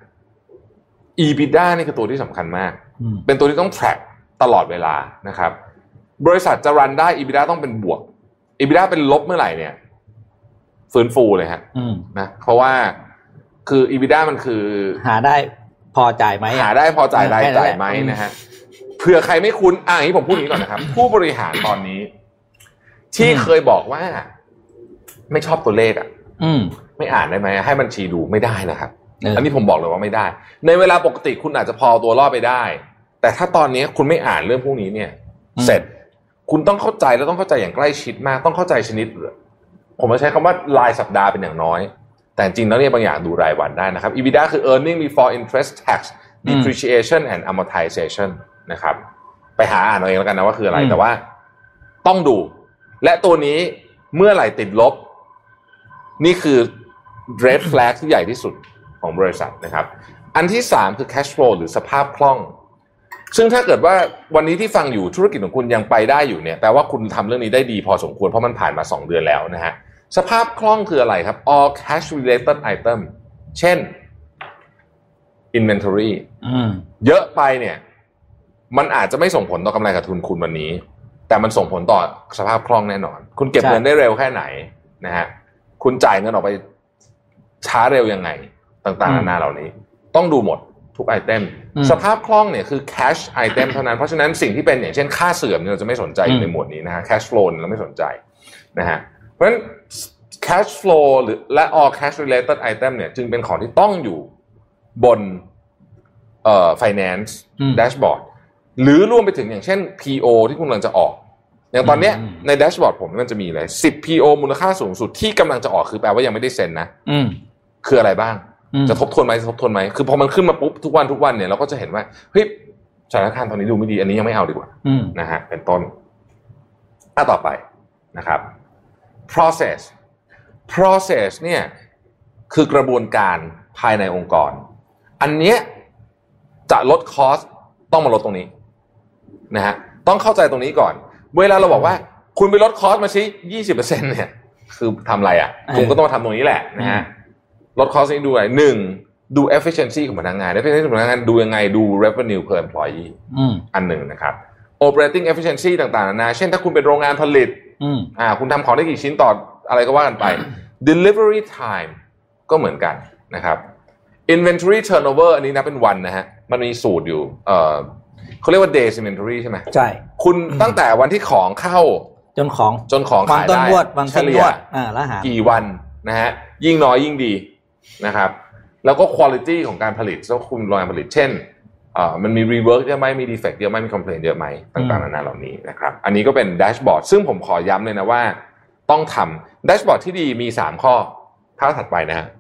นี่คือตัวที่สำคัญมากเป็นตัวที่ต้อง track ตลอดเวลานะครับบริษัทจะรันได้ EBITDA ต้องเป็นบวก EBITDA เป็นลบเมื่อไหร่เนี่ยฟื้นฟูเลยฮะนะเพราะว่าคือ EBITDA มันคือหาได้พอจ่ายไหมหาได้พอจ่ายรายจ่ายไหมนะฮะเผื่อใครไม่คุ้นอย่างนี้ผมพูดอย่างนี้ก่อนนะครับผู้บริหารตอนนี้ที่เคยบอกว่าไม่ชอบตัวเลขไม่อ่านได้ไหมให้บัญชีดูไม่ได้นะครับอันนี้ผมบอกเลยว่าไม่ได้ในเวลาปกติคุณอาจจะพอตัวรอดไปได้แต่ถ้าตอนนี้คุณไม่อ่านเรื่องพวกนี้เนี่ยเสร็จคุณต้องเข้าใจแล้วต้องเข้าใจอย่างใกล้ชิดมากต้องเข้าใจชนิดผมจะใช้คำว่ารายสัปดาห์เป็นอย่างน้อยแต่จริงแล้วเนี่ยบางอย่างดูรายวันได้นะครับ EBITDA คือ earning before interest tax depreciation and amortization นะครับไปหาอ่านเอาเองแล้วกันนะว่าคืออะไรแต่ว่าต้องดูและตัวนี้เมื่อไหร่ติดลบนี่คือ red flag ที่ใหญ่ที่สุดของบริษัทนะครับอันที่3คือ cash flow หรือสภาพคล่องซึ่งถ้าเกิดว่าวันนี้ที่ฟังอยู่ธุรกิจของคุณยังไปได้อยู่เนี่ยแปลว่าคุณทำเรื่องนี้ได้ดีพอสมควรเพราะมันผ่านมา2เดือนแล้วนะฮะสภาพคล่องคืออะไรครับ all cash related item เช่น inventory เยอะไปเนี่ยมันอาจจะไม่ส่งผลต่อกำไรขาดทุนคุณวันนี้แต่มันส่งผลต่อสภาพคล่องแน่นอนคุณเก็บเงินได้เร็วแค่ไหนนะฮะคุณจ่ายเงินออกไปช้าเร็วยังไงต่างๆนานาเหล่านี้ต้องดูหมดทุกไอเทมสภาพคล่องเนี่ยคือ cash item เท่านั้นเพราะฉะนั้นสิ่งที่เป็นอย่างเช่นค่าเสื่อมเราจะไม่สนใจในหมวดนี้นะฮะ cash flow เราไม่สนใจนะฮะเพราะฉะนั้น cash flow หรือและ all cash related item เนี่ยจึงเป็นของที่ต้องอยู่บนfinance dashboard หรือรวมไปถึงอย่างเช่น PO ที่คุณกำลังจะออกอย่างตอนเนี้ยในแดชบอร์ดผมมันจะมีเลย10 PO มูลค่าสูงสุดที่กำลังจะออกคือแปลว่ายังไม่ได้เซ็นนะคืออะไรบ้างจะทบทวนไหมคือพอมันขึ้นมาปุ๊บทุกวันเนี่ยเราก็จะเห็นว่าเฮ้ยสถานการณ์ตอนนี้ดูไม่ดีอันนี้ยังไม่เอาดีกว่านะฮะเป็นต้นต่อไปนะครับ process เนี่ยคือกระบวนการภายในองค์กรอันเนี้ยจะลดคอสต้องมาลดตรงนี้นะฮะต้องเข้าใจตรงนี้ก่อนเวลาเราบอกว่าคุณไปลดคอสมาสิ 20% เนี่ยคือทำอะไรอ่ะคุณก็ต้องมาทำตรงนี้แหละนะฮะลดคอสนี้ดูอะไร1ดู efficiency ของพนักงาน efficiency ของพนักงานดูยังไงดู revenue per employee อันหนึ่งนะครับ operating efficiency ต่างๆนานาเช่นถ้าคุณเป็นโรงงานผลิตคุณทำของได้กี่ชิ้นต่ออะไรก็ว่ากันไป delivery time ก็เหมือนกันนะครับ inventory turnover อันนี้นับเป็นวันนะฮะมันมีสูตรอยู่เขาเรียกว่า days inventory ใช่ไหมใช่คุณตั้งแต่วันที่ของเข้าจนของขายได้เฉลี่ยกี่วันนะฮะยิ่งน้อยยิ่งดีนะครับแล้วก็ quality ของการผลิตแล้วคุณโรงงานผลิตเช่นมันมี rework เยอะไหมมี defect เยอะไหมมี complaint เยอะไหมต่างๆนานาเหล่านี้นะครับอันนี้ก็เป็น dashboard ซึ่งผมขอย้ำเลยนะว่าต้องทำ dashboard ที่ดีมี3ข้อภาพถัดไปนะฮะ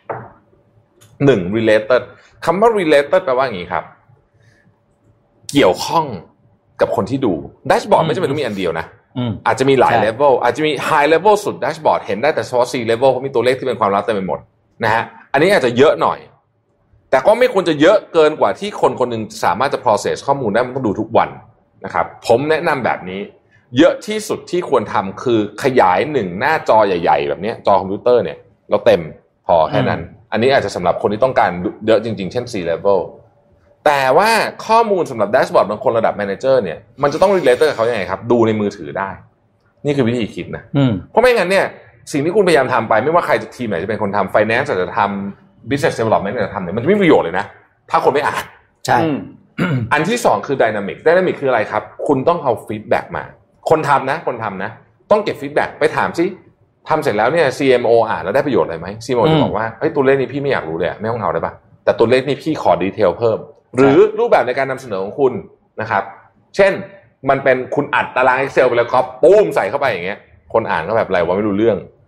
1 related คำว่า related แปลว่าอย่างนี้ครับเกี่ยวข้องกับคนที่ดูแดชบอร์ดไม่จำเป็นต้องมีอันเดียวนะอาจจะมีหลายเลเวลอาจจะมี high level สุดแดชบอร์ดเห็นได้แต่เฉพาะ C level เพราะมีตัวเลขที่เป็นความลับเต็มไปหมดนะฮะอันนี้อาจจะเยอะหน่อยแต่ก็ไม่ควรจะเยอะเกินกว่าที่คนนึงสามารถจะ process ข้อมูลได้มันต้องดูทุกวันนะครับผมแนะนำแบบนี้เยอะที่สุดที่ควรทำคือขยาย1หน้าจอใหญ่ๆแบบนี้จอคอมพิวเตอร์เนี่ยเราเต็มพอแค่นั้นอันนี้อาจจะสำหรับคนที่ต้องการเยอะจริงๆเช่น C levelแต่ว่าข้อมูลสำหรับแดชบอร์ดบางคนระดับแมเนเจอร์เนี่ยมันจะต้อง relate กับเขายังไงครับดูในมือถือได้นี่คือวิธีคิดนะเพราะไม่งั้นเนี่ยสิ่งที่คุณพยายามทำไปไม่ว่าใครจะทีมไหนจะเป็นคนทำ finance อาจจะทำ business development จะทำเนี่ยมันจะไม่มีประโยชน์เลยนะถ้าคนไม่อ่านใช่อันที่2คือ dynamic คืออะไรครับคุณต้องเอา feedback มาคนทำนะต้องเก็บ feedback ไปถามซิทำเสร็จแล้วเนี่ย CMO อ่านแล้วได้ประโยชน์อะไรไหม CMO จะบอกว่าเฮ้ยตัวเลขนี้พี่ไม่อยากรู้เลยไม่ต้องเอาได้ป่ะแต่ตัวเลขนี้พี่ขอดีเทลเพิ่มหรือรูปแบบในการนำเสนอของคุณนะครับเช่นมันเป็นคุณอัดตาราง Excel ไปแล้วก็ปุ้มใส่เข้าไปอย่างเงี้ยคนอ่านก็แบบอะไรวะไม่รู้เรื่อง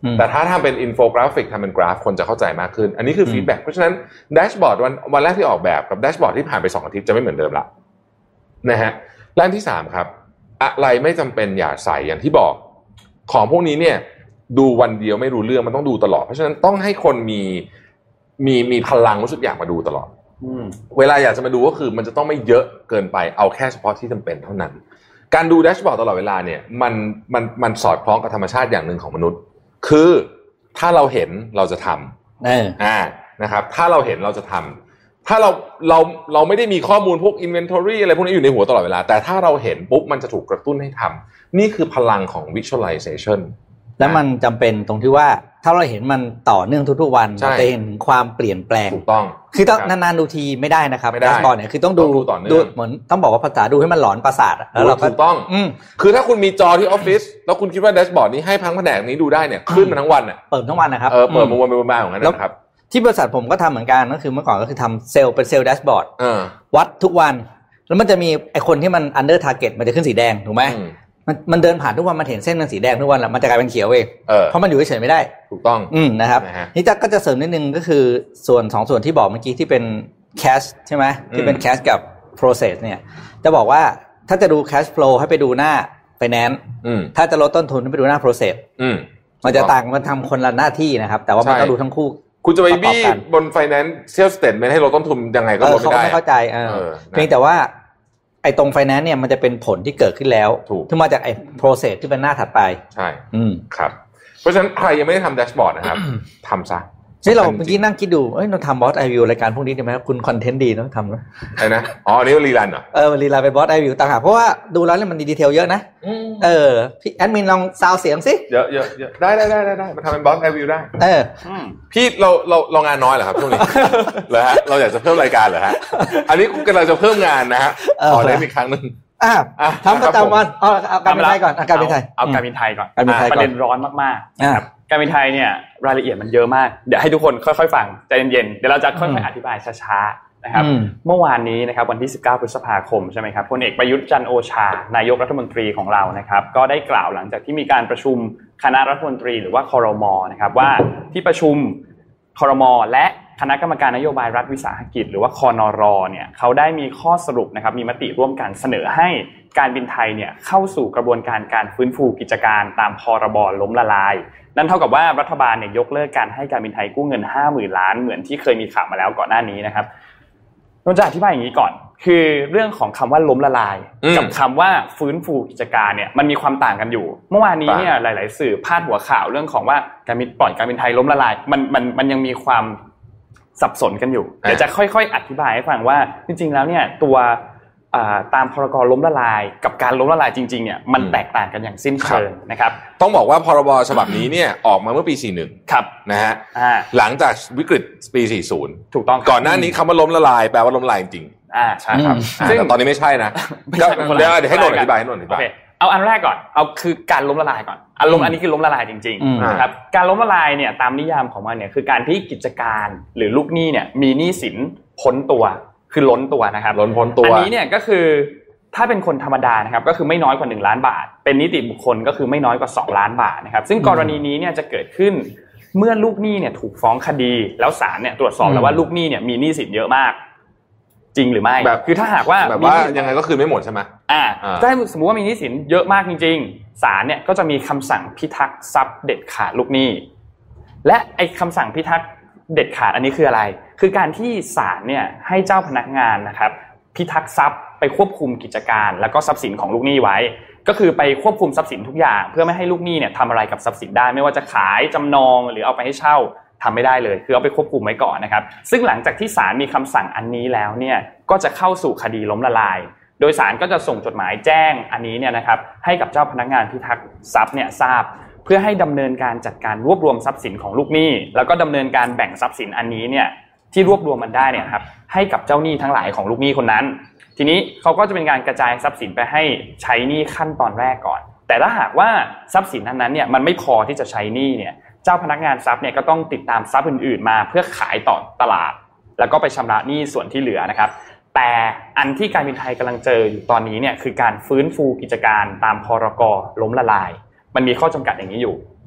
แต่ถ้าทำเป็นอินโฟกราฟิกทำเป็นกราฟคนจะเข้าใจมากขึ้นอันนี้คือฟีดแบ็กเพราะฉะนั้นแดชบอร์ดวันแรกที่ออกแบบกับแดชบอร์ดที่ผ่านไป2 อาทิตย์จะไม่เหมือนเดิมละนะฮะและอันที่3ครับอะไรไม่จำเป็นอย่าใส่อย่างที่บอกของพวกนี้เนี่ยดูวันเดียวไม่รู้เรื่องมันต้องดูตลอดเพราะฉะนั้นต้องให้คนมีพลังรู้สึกอยากมาดูตลอดเวลาอยากจะมาดูก็คือมันจะต้องไม่เยอะเกินไปเอาแค่เฉพาะที่จำเป็นเท่านั้นการดูแดชบอร์ดตลอดเวลาเนี่ยมันสอดคล้องกับธรรมชาติอย่างหนึ่งของมนุษย์คือถ้าเราเห็นเราจะทำนะครับถ้าเราเห็นเราจะทำถ้าเราไม่ได้มีข้อมูลพวก inventory อะไรพวกนี้อยู่ในหัวตลอดเวลาแต่ถ้าเราเห็นปุ๊บมันจะถูกกระตุ้นให้ทำนี่คือพลังของ visualization แล้วมันจำเป็นตรงที่ว่าถ้าเราเห็นมันต่อเนื่องทุกๆวันเราจะเห็นความเปลี่ยนแปลงถูกต้องคือต้องนานๆดูทีไม่ได้นะครับแดชบอร์ดเนี่ยคือต้องดูเหมือนต้องบอกว่าภาษาดูให้มันหลอนประสาทแล้วเราถูกต้องคือถ้าคุณมีจอที่ออฟฟิศแล้วคุณคิดว่าแดชบอร์ดนี้ให้ทั้งแผนกนี้ดูได้เนี่ยขึ้นมาทั้งวันน่ะเปิดทั้งวันนะครับเปิดวนไปวนมาอย่างนั้นนะครับที่บริษัทผมก็ทำเหมือนกันก็คือเมื่อก่อนก็คือทำเซลล์เป็นเซลล์แดชบอร์ดวัดทุกวันแล้วมันจะมีไอคนที่มัน under target มันจะขึ้นสีแดงถูกไหมมันเดินผ่านทุกวันมันเห็นเส้นมันสีแดงทุกวันแล้วมันจะกลายเป็นเขียวเองเพราะมันอยู่เฉยๆไม่ได้ถูกต้องนะครับนี่ก็จะเสริมนิดนึงก็คือส่วน2ส่วนที่บอกเมื่อกี้ที่เป็น cash ใช่ไหมที่เป็น cash กับ process เนี่ยจะบอกว่าถ้าจะดู cash flow ให้ไปดูหน้า finance ถ้าจะลดต้นทุนให้ไปดูหน้า process มันจะต่างมันทำคนละหน้าที่นะครับแต่ว่ามันต้องดูทั้งคู่คุณจะไปบี้บน financial statement ให้ลดต้นทุนยังไงก็ลดไม่ได้เขาไม่เข้าใจเพียงแต่ว่าไอ้ตรง finance เนี่ยมันจะเป็นผลที่เกิดขึ้นแล้วที่มาจากไอ้ process ที่เป็นหน้าถัดไปใช่ครับเพราะฉะนั้นใครยังไม่ได้ทำแดชบอร์ดนะครับทำซะนี่เราเมื่อกี้นั่งคิดดูเราทำบอสไอวิวรายการพวกนี้ได้ไหมคุณคอนเทนต์ดีต้องทำนะไอ้นะอันนี้รีรันเหรอรีรันไปบอสไอวิวต่างหากเพราะว่าดูแล้วเนี่ยมันดีเทลเยอะนะพี่แอดมินลองซาวเสียงสิเยอะได้มาทำเป็นบอสไอวิวได้พี่เรางานน้อยเหรอครับช่วงนี้เหรอฮะเราอยากจะเพิ่มรายการเหรอฮะอันนี้กำลังจะเพิ่มงานนะฮะขอได้อีกครั้งนึงทำประจำวันเอาการบินไทยก่อนการบินไทยก่อนประเด็นร้อนมากๆนะครับการบินไทยเนี่ยรายละเอียดมันเยอะมากเดี๋ยวให้ทุกคนค่อยๆฟังใจเย็นๆเดี๋ยวเราจะค่อยๆอธิบายช้าๆนะครับเมื่อวานนี้นะครับวันที่19พฤษภาคมใช่ไหมครับพลเอกประยุทธ์จันทร์โอชานายกรัฐมนตรีของเรานะครับก็ได้กล่าวหลังจากที่มีการประชุมคณะรัฐมนตรีหรือว่าครม.นะครับว่าที่ประชุมครม.และคณะกรรมการนโยบายรัฐวิสาหกิจหรือว่าคนร.เนี่ยเขาได้มีข้อสรุปนะครับมีมติร่วมกันเสนอให้การบินไทยเนี่ยเข้าสู่กระบวนการฟื้นฟูกิจการตามพรบล้มละลายนั่นเท่ากับว่ารัฐบาลเนี่ยยกเลิกการให้การบินไทยกู้เงิน 50,000 ล้านเหมือนที่เคยมีข่าวมาแล้วก่อนหน้านี้นะครับนนจะอธิบายอย่างนี้ก่อนคือเรื่องของคำว่าล้มละลายกับคำว่าฟื้นฟูกิจการเนี่ยมันมีความต่างกันอยู่เมื่อวานนี้เนี่ยหลายๆสื่อพาดหัวข่าวเรื่องของว่าการบินไทยล้มละลายมันยังมีความสับสนกันอยู่เดี๋ยวจะค่อยๆอธิบายให้ฟังว่าจริงๆแล้วเนี่ยตัวตามพรกล้มละลายกับการล้มละลายจริงๆเนี่ยมันแตกต่างกันอย่างสิ้นเชิงนะครับต้องบอกว่าพรบฉบับนี้เนี่ยออกมาเมื่อปี41 ครับนะฮะหลังจากวิกฤตปี40 ถูกต้องก่อนหน้านี้คำว่าล้มละลายแปลว่าล้มละลายจริงใช่ครับซึ่งตอนนี้ไม่ใช่นะเดี๋ยวให้หน่อยอธิบายเอาอันแรกก่อนเอาคือการล้มละลายก่อนอันนี้คือล้มละลายจริงๆนะครับการล้มละลายเนี่ยตามนิยามของมันเนี่ยคือการที่กิจการหรือลูกหนี้เนี่ยมีหนี้สินพ้นตัวคือล้นตัวนะครับล้นพ้นตัวอันนี้เนี่ยก็คือถ้าเป็นคนธรรมดานะครับก็คือไม่น้อยกว่า1ล้านบาทเป็นนิติบุคคลก็คือไม่น้อยกว่า2ล้านบาทนะครับซึ่งกรณีนี้เนี่ยจะเกิดขึ้นเมื่อลูกหนี้เนี่ยถูกฟ้องคดีแล้วศาลเนี่ยตรวจสอบแล้วว่าลูกหนี้เนี่ยมีหนี้สินเยอะมากจริงหรือไม่คือถ้าหากว่าแบบว่ายังไงก็คือไม่หมดใช่ไหมถ้าสมมุติว่ามีหนี้สินเยอะมากจริงๆศาลเนี่ยก็จะมีคำสั่งพิทักษ์ทรัพย์เด็ดขาดลูกหนี้และไอ้คำสั่งพิทักษ์เด็ดขาดอันนี้คืออะไรคือการที่ศาลเนี่ยให้เจ้าพนักงานนะครับพิทักษ์ทรัพย์ไปควบคุมกิจการแล้วก็ทรัพย์สินของลูกหนี้ไว้ก็คือไปควบคุมทรัพย์สินทุกอย่างเพื่อไม่ให้ลูกหนี้เนี่ยทำอะไรกับทรัพย์สินได้ไม่ว่าจะขายจำนองหรือเอาไปให้เช่าทำไม่ได้เลยคือเอาไปควบคุมไว้ก่อนนะครับซึ่งหลังจากที่ศาลมีคำสั่งอันนี้แล้วเนี่ยก็จะเข้าสู่คดีล้มละลายโดยศาลก็จะส่งจดหมายแจ้งอันนี้เนี่ยนะครับให้กับเจ้าพนักงานพิทักษ์ทรัพย์เนี่ยทราบเพื่อให้ดำเนินการจัดการรวบรวมทรัพย์สินของลูกหนี้แล้วก็ดำเนินการแบ่งทรัพย์สินอันนี้เนี่ยที่รวบรวมมันได้เนี่ยครับให้กับเจ้าหนี้ทั้งหลายของลูกหนี้คนนั้นทีนี้เขาก็จะเป็นการกระจายทรัพย์สินไปให้ใช้หนี้ขั้นตอนแรกก่อนแต่ถ้าหากว่าทรัพย์สินนั้นเนี่ยมันไม่พอที่จะใช้หนี้เนี่ยเจ้าพนักงานทรัพย์เนี่ยก็ต้องติดตามทรัพย์อื่นๆมาเพื่อขายต่อตลาดแล้วก็ไปชำระหนี้ส่วนที่เหลือนะครับแต่อันที่การบินไทยกำลังเจออยู่ตอนนี้เนี่ยคือการฟื้นฟูกิจการตามพรกล้มละลายมันมีข้อจำกัดอย่างนี้อยู่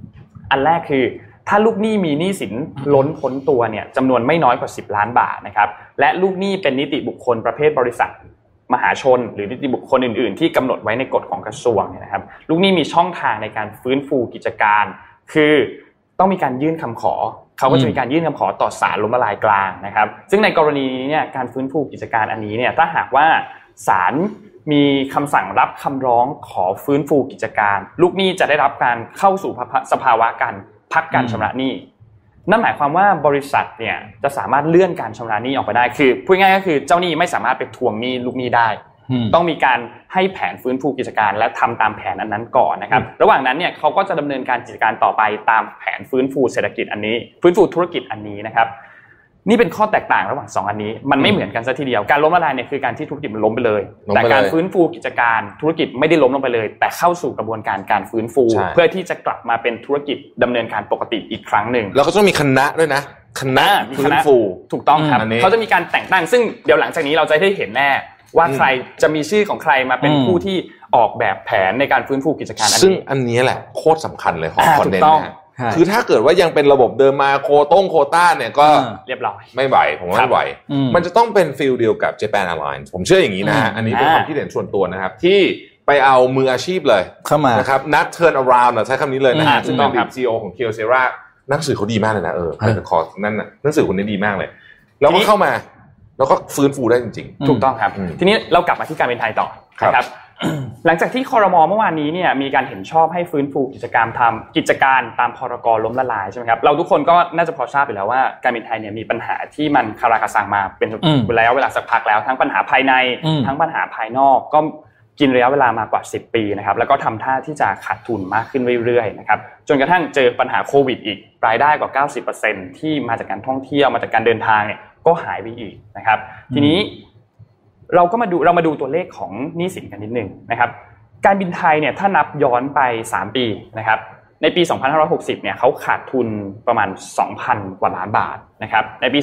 อันแรกคือถ้าลูกหนี้มีหนี้สินล้นพ้นตัวเนี่ยจำนวนไม่น้อยกว่า10ล้านบาทนะครับและลูกหนี้เป็นนิติบุคคลประเภทบริษัทมหาชนหรือนิติบุคคลอื่นๆที่กำหนดไว้ในกฎของกระทรวงเนี่ยนะครับลูกหนี้มีช่องทางในการฟื้นฟูกิจการคือต้องมีการยื่นคำขอเขาก็จะมีการยื่นคำขอต่อศาลล้มละลายกลางนะครับซึ่งในกรณีนี้เนี่ยการฟื้นฟูกิจการอันนี้เนี่ยถ้าหากว่าศาลมีคำสั่งรับคำร้องขอฟื้นฟูกิจการลูกหนี้จะได้รับการเข้าสู่สภาวะการพักการชำระหนี้นั่นหมายความว่าบริษัทเนี่ยจะสามารถเลื่อนการชำระหนี้ออกไปได้คือพูดง่ายก็คือเจ้าหนี้ไม่สามารถไปทวงหนี้ลูกหนี้ได้ต้องมีการให้แผนฟื้นฟูกิจการและทำตามแผนนั้นก่อนนะครับระหว่างนั้นเนี่ยเขาก็จะดำเนินการกิจการต่อไปตามแผนฟื้นฟูเศรษฐกิจอันนี้ฟื้นฟูธุรกิจอันนี้นะครับนี่เป็นข้อแตกต่างระหว่าง2อันนี้มันไม่เหมือนกันซะทีเดียวการล้มละลายเนี่ยคือการที่ธุรกิจมันล้มไปเลยแต่การฟื้นฟูกิจการธุรกิจไม่ได้ล้มลงไปเลยแต่เข้าสู่กระบวนการการฟื้นฟูเพื่อที่จะกลับมาเป็นธุรกิจดำเนินการปกติอีกครั้งนึงแล้วก็ต้องมีคณะด้วยนะคณะฟื้นฟูถูกต้องครับเขาจะมีการแต่งตั้งซึ่งเดี๋ยวหลังจากนี้เราจะได้เห็นแน่ว่าใครจะมีชื่อของใครมาเป็นผู้ที่ออกแบบแผนในการฟื้นฟูกิจการอันนี้ซึ่งอันนี้แหละโคตรสำคัญเลยของคอนเทนต์นะคือถ้าเกิดว่ายังเป็นระบบเดิมมาโควต้าเนี่ยก็เรียบร้อยไม่ไหวผมว่าไม่ไหวมันจะต้องเป็นฟีลเดียวกับ Japan Airlines ผมเชื่ออย่างนี้นะอันนี้เป็นความคิดเห็นส่วนตัวนะครับที่ไปเอามืออาชีพเลยเข้ามานะครับนัด turn around ใช้คำนี้เลยนะฮะซึ่งเป็น CEO ของ Kyocera หนังสือเขาดีมากเลยนะขอนั่นน่ะหนังสือคนนี้ดีมากเลยแล้วก็เข้ามาแล้วก็ฟื้นฟูได้จริงๆถูกต้องครับทีนี้เรากลับมาที่การบินไทยต่อนะครับหลังจากที่ครม.เมื่อวานนี้เนี่ยมีการเห็นชอบให้ฟื้นฟูกิจการตามพรก.ล้มละลายใช่ไหมครับเราทุกคนก็น่าจะพอทราบอยู่แล้วว่าการบินไทยเนี่ยมีปัญหาที่มันคาราคาซังมาเป็นระยะเวลาสักพักแล้วทั้งปัญหาภายในทั้งปัญหาภายนอกก็กินระยะเวลามากว่า10ปีนะครับแล้วก็ทำท่าที่จะขาดทุนมากขึ้นเรื่อยๆนะครับจนกระทั่งเจอปัญหาโควิดอีกรายได้กว่า 90% ที่มาจากการท่องเที่ยวมาจากการเดินทางเนี่ยก็หายไปอีกนะครับทีนี้เรามาดูตัวเลขของหนี้สินกันนิดนึงนะครับการบินไทยเนี่ยถ้านับย้อนไป3ปีนะครับในปี2560เนี่ยเขาขาดทุนประมาณ 2,000 กว่าล้านบาทนะครับในปี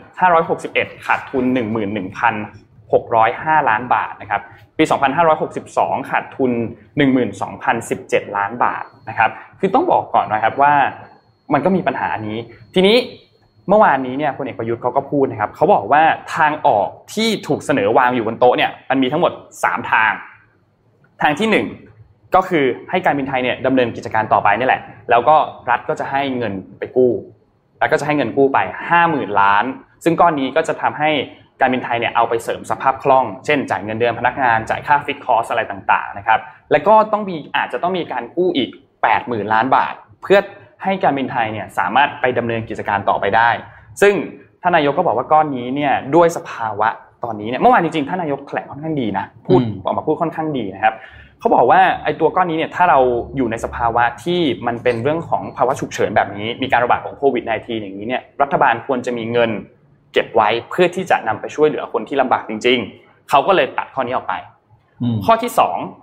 2561ขาดทุน 11,605 ล้านบาทนะครับปี2562ขาดทุน 12,017 ล้านบาทนะครับคือต้องบอกก่อนนะครับว่ามันก็มีปัญหานี้ทีนี้เมื่อวานนี้เนี่ยพลเอกประยุทธ์เขาก็พูดนะครับเขาบอกว่าทางออกที่ถูกเสนอวางอยู่บนโต๊ะเนี่ยมันมีทั้งหมด3ทางที่1ก็คือให้การบินไทยเนี่ยดำเนินกิจการต่อไปนี่แหละแล้วก็รัฐก็จะให้เงินไปกู้รัฐก็จะให้เงินกู้ไป 50,000 ล้านซึ่งก้อนนี้ก็จะทำให้การบินไทยเนี่ยเอาไปเสริมสภาพคล่องเช่นจ่ายเงินเดือนพนักงานจ่ายค่าฟิกคอสอะไรต่างๆนะครับแล้วก็อาจจะต้องมีการกู้อีก 80,000 ล้านบาทเพื่อให้การบินไทยเนี่ยสามารถไปดำเนินกิจการต่อไปได้ซึ่งท่านนายกก็บอกว่าก้อนนี้เนี่ยด้วยสภาวะตอนนี้เนี่ยเมื่อวานจริงๆท่านนายกแถลงค่อนข้างดีนะออกมาพูดค่อนข้างดีนะครับเขาบอกว่าไอ้ตัวก้อนนี้เนี่ยถ้าเราอยู่ในสภาวะที่มันเป็นเรื่องของภาวะฉุกเฉินแบบนี้มีการระบาดของโควิด -19 อย่างนี้เนี่ยรัฐบาลควรจะมีเงินเก็บไว้เพื่อที่จะนำไปช่วยเหลือคนที่ลำบากจริงๆเขาก็เลยตัดข้อนี้ออกไปข้อที่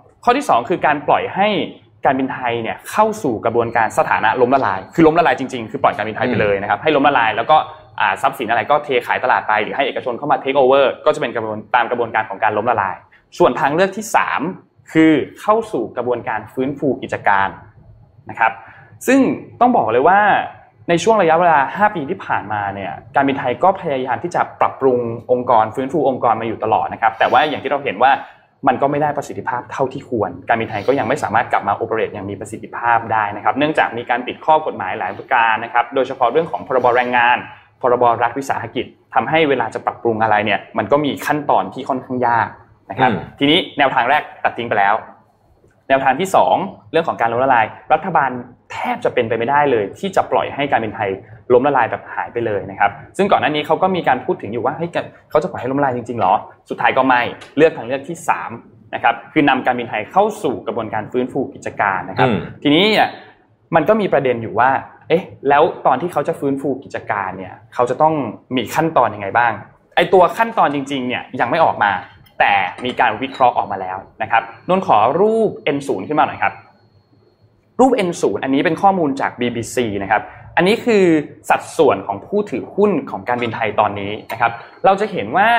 2คือการปล่อยให้การบินไทยเนี่ยเข้าสู่กระบวนการสถานะล้มละลายคือล้มละลายจริงๆคือปล่อยการบินไทยไปเลยนะครับให้ล้มละลายแล้วก็ทรัพย์สินอะไรก็เทขายตลาดไปหรือให้เอกชนเข้ามาเทคโอเวอร์ก็จะเป็นตามกระบวนการของการล้มละลายส่วนทางเลือกที่3คือเข้าสู่กระบวนการฟื้นฟูกิจการนะครับซึ่งต้องบอกเลยว่าในช่วงระยะเวลา5ปีที่ผ่านมาเนี่ยการบินไทยก็พยายามที่จะปรับปรุงองค์กรฟื้นฟูองค์กรมาอยู่ตลอดนะครับแต่ว่าอย่างที่เราเห็นว่ามันก็ไม่ได้ประสิทธิภาพเท่าที่ควรการบินไทยก็ยังไม่สามารถกลับมาโอเปเรตอย่างมีประสิทธิภาพได้นะครับเนื่องจากมีการติดข้อกฎหมายหลายประการนะครับโดยเฉพาะเรื่องของพรบแรงงานพรบรัฐวิสาหกิจทำให้เวลาจะปรับปรุงอะไรเนี่ยมันก็มีขั้นตอนที่ค่อนข้างยากนะครับทีนี้แนวทางแรกตัดทิ้งไปแล้วแนวทางที่2เรื่องของการล้มละลายรัฐบาลแทบจะเป็นไปไม่ได้เลยที่จะปล่อยให้การบินไทยล้มละลายแบบหายไปเลยนะครับซึ่งก่อนหน้านี้เขาก็มีการพูดถึงอยู่ว่าเฮ้ยเขาจะปล่อยให้ล้มละลายจริงๆหรอสุดท้ายก็ไม่เลือกทางเลือกที่3นะครับคือนำการบินไทยเข้าสู่กระบวนการฟื้นฟูกิจการนะครับทีนี้มันก็มีประเด็นอยู่ว่าแล้วตอนที่เขาจะฟื้นฟูกิจการเนี่ยเขาจะต้องมีขั้นตอนยังไงบ้างไอ้ตัวขั้นตอนจริงๆเนี่ยยังไม่ออกมาแต่มีการวิเคราะห์ออกมาแล้วนะครับนนขอรูป N0 ขึ้นมาหน่อยครับรูป N0 อันนี้เป็นข้อมูลจาก BBC นะครับอันนี้คือสัดส่วนของผู้ถือหุ้นของการบินไทยตอนนี้นะครับเราจะเห็นว่า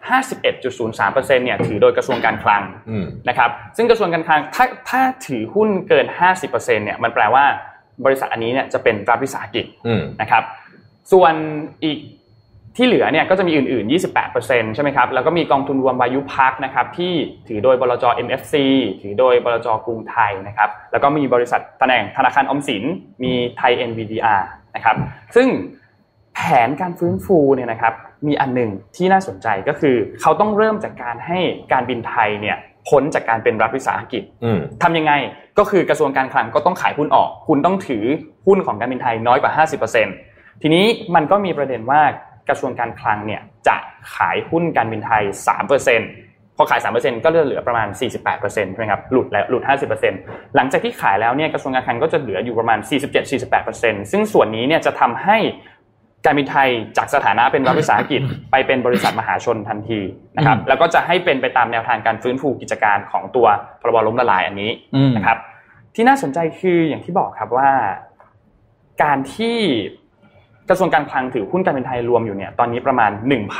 51.03% เนี่ยถือโดยกระทรวงการคลังนะครับซึ่งกระทรวงการคลังถ้าถือหุ้นเกิน 50% เนี่ยมันแปลว่าบริษัทอันนี้เนี่ยจะเป็นรัฐวิสาหกิจนะครับส่วนอีกที่เหลือเนี่ยก็จะมีอื่นๆ 28% ใช่ไหมครับแล้วก็มีกองทุนรวมวายุพักนะครับที่ถือโดยบลจ. MFC ถือโดยบลจ. กรุงไทยนะครับแล้วก็มีบริษัทธนาคารออมสินมีไทย NVDR นะครับซึ่งแผนการฟื้นฟูเนี่ยนะครับมีอันหนึ่งที่น่าสนใจก็คือเขาต้องเริ่มจากการให้การบินไทยเนี่ยพ้นจากการเป็นรัฐวิสาหกิจทำยังไงก็คือกระทรวงการคลังก็ต้องขายหุ้นออกคุณต้องถือหุ้นของการบินไทยน้อยกว่า 50% ทีนี้มันก็มีประเด็นว่ากระทรวงการคลังเนี่ยจะขายหุ้นการบินไทย 3% พอขาย 3% ก็เหลือประมาณ 48% ใช่ไหมครับหลุด 50% หลังจากที่ขายแล้วเนี่ยกระทรวงการคลังก็จะเหลืออยู่ประมาณ 47-48% ซึ่งส่วนนี้เนี่ยจะทำให้การบินไทยจากสถานะเป็นรัฐวิสาหกิจไปเป็นบริษัทมหาชนทันทีนะครับแล้วก็จะให้เป็นไปตามแนวทางการฟื้นฟูกิจการของตัวพรบล้มละลายอันนี้นะครับที่น่าสนใจคืออย่างที่บอกครับว่าการที่กระทรวงการคลังถือหุ้นการบินไทยรวมอยู่เนี่ยตอนนี้ประมาณ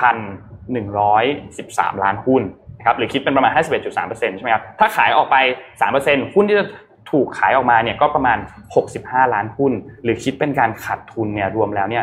1,113 ล้านหุ้นนะครับหรือคิดเป็นประมาณ 51.3% ใช่ไหมครับถ้าขายออกไป 3% หุ้นที่จะถูกขายออกมาเนี่ยก็ประมาณ65ล้านหุ้นหรือคิดเป็นการขาดทุนเนี่ยรวมแล้วเนี่ย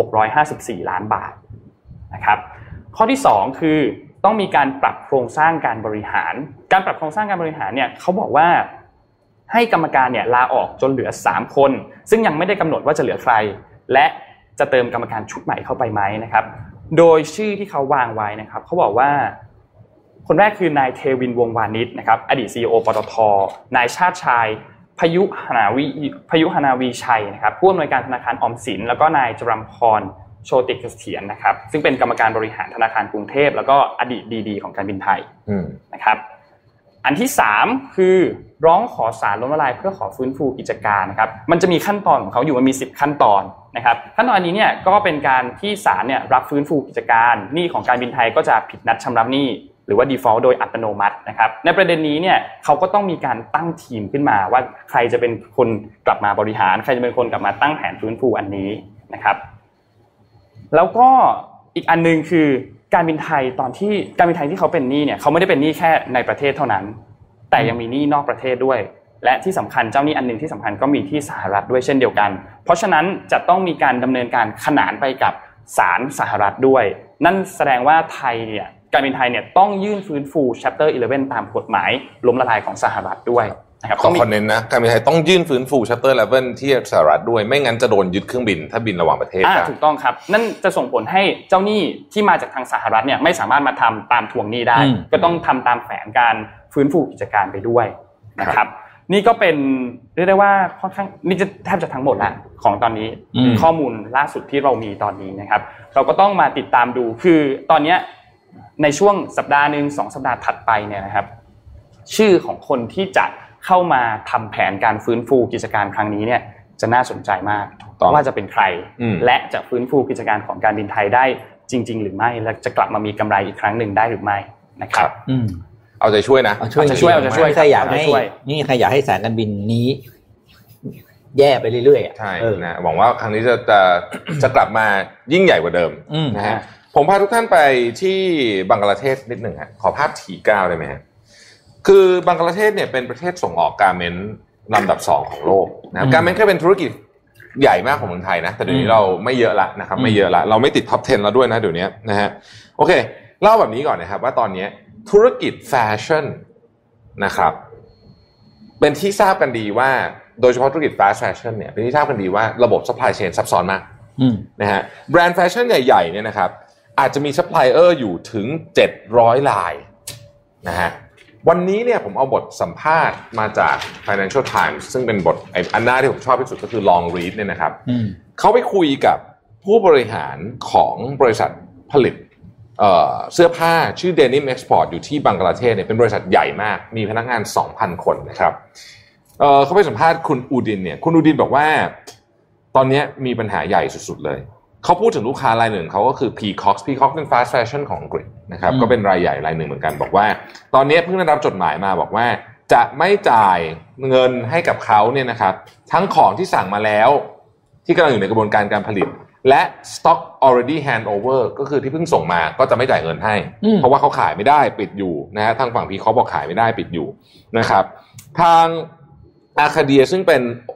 654ล้านบาทนะครับข้อที่2คือต้องมีการปรับโครงสร้างการบริหารการปรับโครงสร้างการบริหารเนี่ยเขาบอกว่าให้กรรมการเนี่ยลาออกจนเหลือ3คนซึ่งยังไม่ได้กำหนดว่าจะเหลือใครและจะเติมกรรมการชุดใหม่เข้าไปไหมนะครับโดยชื่อที่เขาวางไว้นะครับเขาบอกว่าคนแรกคือนายเทวินวงศ์วานิชนะครับอดีต CEO ปตท.นายชาติชายพยุหนาวีชัยนะครับผู้อำนวยการธนาคารออมสินแล้วก็นายจรัมพรโชติเสถียรนะครับซึ่งเป็นกรรมการบริหารธนาคารกรุงเทพแล้วก็อดีตดีของการบินไทยนะครับอันที่3คือร้องขอศาลล้มละลายเพื่อขอฟื้นฟูกิจการนะครับมันจะมีขั้นตอนของเขาอยู่มันมี10ขั้นตอนนะครับขั้นตอนนี้เนี่ยก็เป็นการที่ศาลเนี่ยรับฟื้นฟูกิจการหนี้ของการบินไทยก็จะผิดนัดชำระหนี้หรือว่า default โดยอัตโนมัตินะครับในประเด็นนี้เนี่ยเขาก็ต้องมีการตั้งทีมขึ้นมาว่าใครจะเป็นคนกลับมาบริหารใครจะเป็นคนกลับมาตั้งแผนฟื้นฟูอันนี้นะครับแล้วก็อีกอันนึงคือการบินไทยตอนที่การบินไทยที่เขาเป็นหนี้เนี่ยเขาไม่ได้เป็นหนี้แค่ในประเทศเท่านั้นแต่ยังมีหนี้นอกประเทศด้วยและที่สำคัญเจ้าหนี้อันนึงที่สำคัญก็มีที่สหรัฐด้วยเช่นเดียวกันเพราะฉะนั้นจะต้องมีการดำเนินการขนานไปกับศาลสหรัฐด้วยนั่นแสดงว่าไทยเนี่ยการบินไทยเนี่ยต้องยื่นฟื้นฟู Chapter 11 ตามกฎหมายล้มละลายของสหรัฐด้วยนะครับต้องคอนเน้นนะการบินไทยต้องยื่นฟื้นฟู Chapter 11 ที่สหรัฐด้วยไม่งั้นจะโดนยึดเครื่องบินถ้าบินระหว่างประเทศถูกต้องครับนั่นจะส่งผลให้เจ้าหนี้ที่มาจากทางสหรัฐเนี่ยไม่สามารถมาทำตามทวงหนี้ได้ก็ต้องทำตามแผนการฟื้นฟูกิจการไปด้วยนะครับนี่ก็เป็นเรียกได้ว่าค่อนข้างนี่จะแทบจะทั้งหมดแล้วของตอนนี้ข้อมูลล่าสุดที่เรามีตอนนี้นะครับเราก็ต้องมาติดตามดูคือตอนนี้ในช่วงสัปดาห์นึง2สัปดาห์ถัดไปเนี่ยนะครับชื่อของคนที่จะเข้ามาทำแผนการฟื้นฟูกิจการครั้งนี้เนี่ยจะน่าสนใจมากว่าจะเป็นใครและจะฟื้นฟูกิจการของการบินไทยได้จริงๆหรือไม่และจะกลับมามีกำไรอีกครั้งหนึ่งได้หรือไม่นะครับเอาใจช่วยนะเอาใจช่วยใครอยากให้นี่ใครอยากให้สายการบินนี้แย่ไปเรื่อยๆใช่นะหวังว่าครั้งนี้จะกลับมายิ่งใหญ่กว่าเดิมนะฮะผมพาทุกท่านไปที่บังกลาเทศนิดหนึ่งฮะขอภาพT9ได้ไหมฮะคือบังกลาเทศเนี่ยเป็นประเทศส่งออกการเมนต์ลำดับ2ของโลกนะครับการเมนต์ก็เป็นธุรกิจใหญ่มากของเมืองไทยนะแต่เดี๋ยวนี้เราไม่เยอะละนะครับไม่เยอะละเราไม่ติดท็อป 10แล้วด้วยนะเดี๋ยวนี้นะฮะโอเคเล่าแบบนี้ก่อนนะครับว่าตอนนี้ธุรกิจแฟชั่นนะครับเป็นที่ทราบกันดีว่าโดยเฉพาะธุรกิจ fast fashion เนี่ยเป็นที่ทราบกันดีว่าระบบ supply chain ซับซ้อนมากนะฮะแบรนด์แฟชั่นใหญ่ๆเนี่ยนะครับอาจจะมีซัพพลายเออร์อยู่ถึง700รายนะฮะวันนี้เนี่ยผมเอาบทสัมภาษณ์มาจาก Financial Times ซึ่งเป็นบทอันหน้าที่ผมชอบที่สุดก็คือ Long Read เนี่ยนะครับเขาไปคุยกับผู้บริหารของบริษัทผลิตเสื้อผ้าชื่อ Denim Export อยู่ที่บังกลาเทศเนี่ยเป็นบริษัทใหญ่มากมีพนักงาน 2,000 คนนะครับเขาไปสัมภาษณ์คุณอูดินเนี่ยคุณอูดินบอกว่าตอนนี้มีปัญหาใหญ่สุดๆเลยเขาพูดถึงลูกค้ารายหนึ่งเขาก็คือ Peacock เป็น fast fashion ของอังกฤษนะครับก็เป็นรายใหญ่รายหนึ่งเหมือนกันบอกว่าตอนนี้เพิ่งได้รับจดหมายมาบอกว่าจะไม่จ่ายเงินให้กับเขาเนี่ยนะครับทั้งของที่สั่งมาแล้วที่กำลังอยู่ในกระบวนการการผลิตและ stock already hand over ก็คือที่เพิ่งส่งมาก็จะไม่จ่ายเงินให้เพราะว่าเขาขายไม่ได้ปิดอยู่นะฮะทางฝั่งPeacockบอกขายไม่ได้ปิดอยู่นะครับทางอาคาเดียซึ่งเป็น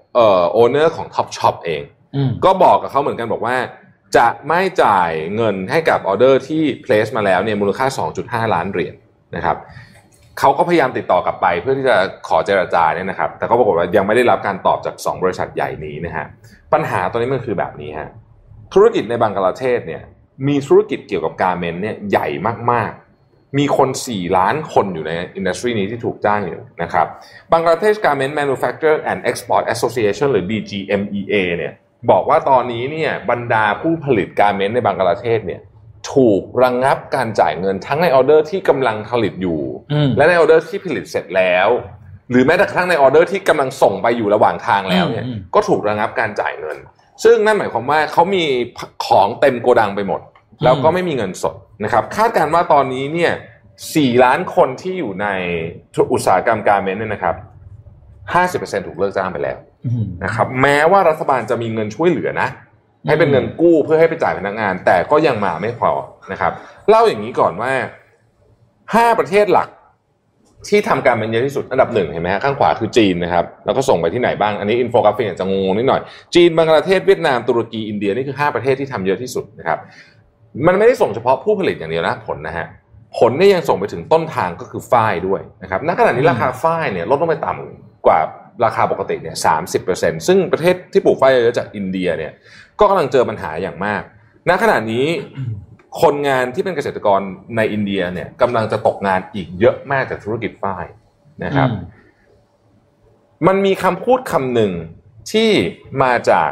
โอเนอร์ของ Topshop เองก็บอกกับเขาเหมือนกันบอกว่าจะไม่จ่ายเงินให้กับออเดอร์ที่ place มาแล้วเนี่ยมูลค่า 2.5 ล้านเหรียญนะครับเขาก็พยายามติดต่อกลับไปเพื่อที่จะขอเจรจาเนี่ยนะครับแต่ก็ปรากฏว่ายังไม่ได้รับการตอบจาก2บริษัทใหญ่นี้นะฮะปัญหาตอนนี้มันคือแบบนี้ฮะธุรกิจในบังกลาเทศเนี่ยมีธุรกิจเกี่ยวกับการเมนต์เนี่ยใหญ่มากๆมีคน4ล้านคนอยู่ในอินดัสทรีนี้ที่ถูกจ้างอยู่นะครับบังกลาเทศ Garment Manufacturer and Export Association หรือ BGMEA เนี่ยบอกว่าตอนนี้เนี่ยบรรดาผู้ผลิตการเมนต์ในบังกลาเทศเนี่ยถูกระงับการจ่ายเงินทั้งในออเดอร์ที่กำลังผลิตอยู่และในออเดอร์ที่ผลิตเสร็จแล้วหรือแม้แต่กระทั่งในออเดอร์ที่กำลังส่งไปอยู่ระหว่างทางแล้วเนี่ยก็ถูกระงับการจ่ายเงินซึ่งนั่นหมายความว่าเขามีของเต็มโกดังไปหมดแล้วก็ไม่มีเงินสดนะครับคาดการณ์ว่าตอนนี้เนี่ย4ล้านคนที่อยู่ในอุตสาหกรรมการเมนต์เนี่ยนะครับ 50% ถูกเลิกจ้างไปแล้วนะครับแม้ว่ารัฐบาลจะมีเงินช่วยเหลือนะให้เป็นเงินกู้เพื่อให้ไปจ่ายพนักงานแต่ก็ยังมาไม่พอนะครับเล่าอย่างนี้ก่อนว่า5ประเทศหลักที่ทำการเมนต์เยอะที่สุดอันดับ1เห็นไหมฮะข้างขวาคือจีนนะครับแล้วก็ส่งไปที่ไหนบ้างอันนี้อินโฟกราฟิกจะงงนิดหน่อยจีนบังกลาเทศเวียดนามตุรกีอินเดียนี่คือ5ประเทศที่ทำเยอะที่สุดนะครับมันไม่ได้ส่งเฉพาะผู้ผลิตอย่างเดียวนะผลนะฮะผลนี่ยังส่งไปถึงต้นทางก็คือฝ้ายด้วยนะครับณขณะนี้ราคาฝ้ายเนี่ยลดลงไปต่ำกว่าราคาปกติเนี่ย 30% ซึ่งประเทศที่ปลูกฝ้ายเยอะจากอินเดียเนี่ยก็กำลังเจอปัญหาอย่างมากณขณะนี้คนงานที่เป็นเกษตรกรในอินเดียเนี่ยกำลังจะตกงานอีกเยอะมากจากธุรกิจฝ้ายนะครับมันมีคำพูดคำหนึ่งที่มาจาก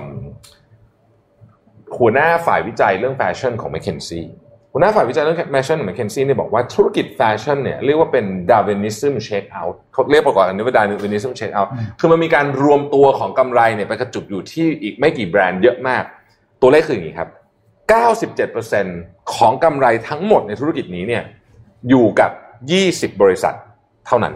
หัวหน้าฝ่ายวิจัยเรื่องแฟชั่นของ McKinsey หัวหน้าฝ่ายวิจัยเรื่องแฟชั่นของ McKinsey เนี่ยบอกว่าธุรกิจแฟชั่นเนี่ยเรียกว่าเป็น Darwinism Shakeout เขาเรียกประกอบกันว่า Darwinism Shakeout คือมันมีการรวมตัวของกำไรเนี่ยไปกระจุกอยู่ที่อีกไม่กี่แบรนด์เยอะมากตัวเลขคืออย่างนี้ครับ 97% ของกำไรทั้งหมดในธุรกิจนี้เนี่ยอยู่กับ20บริษัทเท่านั้น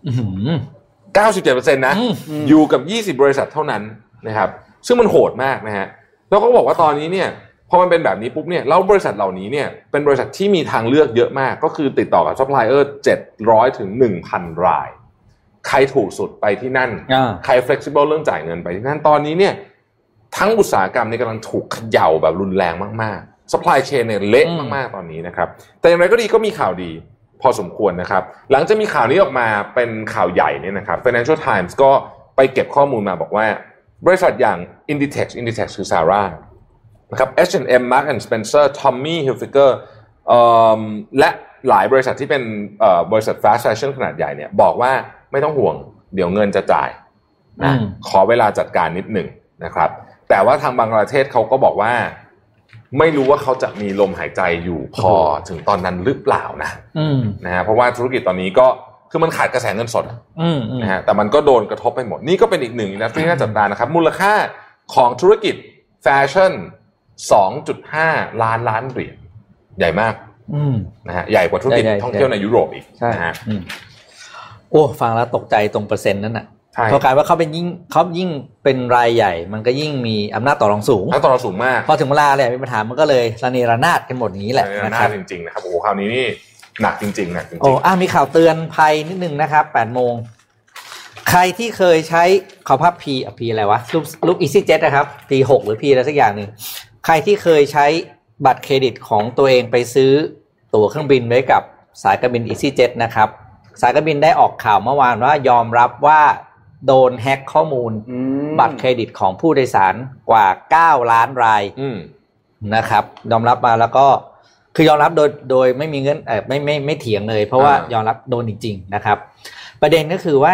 97% นะอยู่กับ20บริษัทเท่านั้นนะครับซึ่งมันโหดมากนะฮะแล้วก็บอกว่าตอนนี้เนี่ยพอมันเป็นแบบนี้ปุ๊บเนี่ยแล้วบริษัทเหล่านี้เนี่ยเป็นบริษัทที่มีทางเลือกเยอะมากก็คือติดต่อกับซัพพลายเออร์700ถึง 1,000 รายใครถูกสุดไปที่นั่นใคร flexible เรื่องจ่ายเงินไปที่นั่นตอนนี้เนี่ยทั้งอุตสาหกรรมนี่กำลังถูกเขย่าแบบรุนแรงมากๆ supply chain เนี่ยเละมากๆตอนนี้นะครับแต่อย่างไรก็ดีก็มีข่าวดีพอสมควรนะครับหลังจากมีข่าวนี้ออกมาเป็นข่าวใหญ่เนี่ยนะครับ Financial Times ก็ไปเก็บข้อมูลมาบอกว่าบริษัทอย่าง Inditex คือ Zara นะครับ H&M Marks & Spencer Tommy Hilfiger และหลายบริษัทที่เป็นบริษัท fast fashion ขนาดใหญ่เนี่ยบอกว่าไม่ต้องห่วงเดี๋ยวเงินจะจ่ายนะขอเวลาจัดการนิดหนึ่งนะครับแต่ว่าทางบังกลาเทศเขาก็บอกว่าไม่รู้ว่าเขาจะมีลมหายใจอยู่พอถึงตอนนั้นหรือเปล่านะฮะเพราะว่าธุรกิจตอนนี้ก็คือมันขาดกระแสเงินสดนะฮะแต่มันก็โดนกระทบไปหมดนี่ก็เป็นอีกหนึ่งนะที่น่าจับตานะครับมูลค่าของธุรกิจแฟชั่น 2.5 ล้านเหรียญใหญ่มากนะฮะใหญ่กว่าธุรกิจท่องเที่ยวในยุโรปอีกนะฮะโอ้ฟังแล้วตกใจตรงเปอร์เซ็นต์นั่นน่ะเพราะการว่าเขายิ่งเป็นรายใหญ่มันก็ยิ่งมีอำนาจต่อรองสูงต่อรองสูงมากพอถึงเวลาเนี่ยมีปัญหามันก็เลยระเนระนาดกันหมดอย่างนี้แหละนะครับจริงๆนะครับโอ้โหคราวนี้นี่หนักจริงๆหนักจริงๆโอ้มีข่าวเตือนภัยนิดนึงนะครับ 8:00 นใครที่เคยใช้ขอภาพ P อะไรวะรูป EasyJet นะครับ P6 หรือ P อะไรสักอย่างนึงใครที่เคยใช้บัตรเครดิตของตัวเองไปซื้อตั๋วเครื่องบินไว้กับสายการบิน EasyJet นะครับสายการบินได้ออกข่าวเมื่อวานว่ายอมรับว่าโดนแฮ็กข้อมูลบัตรเครดิตของผู้โดยสารกว่า9ล้านรายนะครับยอมรับมาแล้วก็คือยอมรับโดยไม่มีเงื่อนไม่เถียงเลยเพราะว่ายอมรับโดนจริงๆนะครับประเด็นก็คือว่า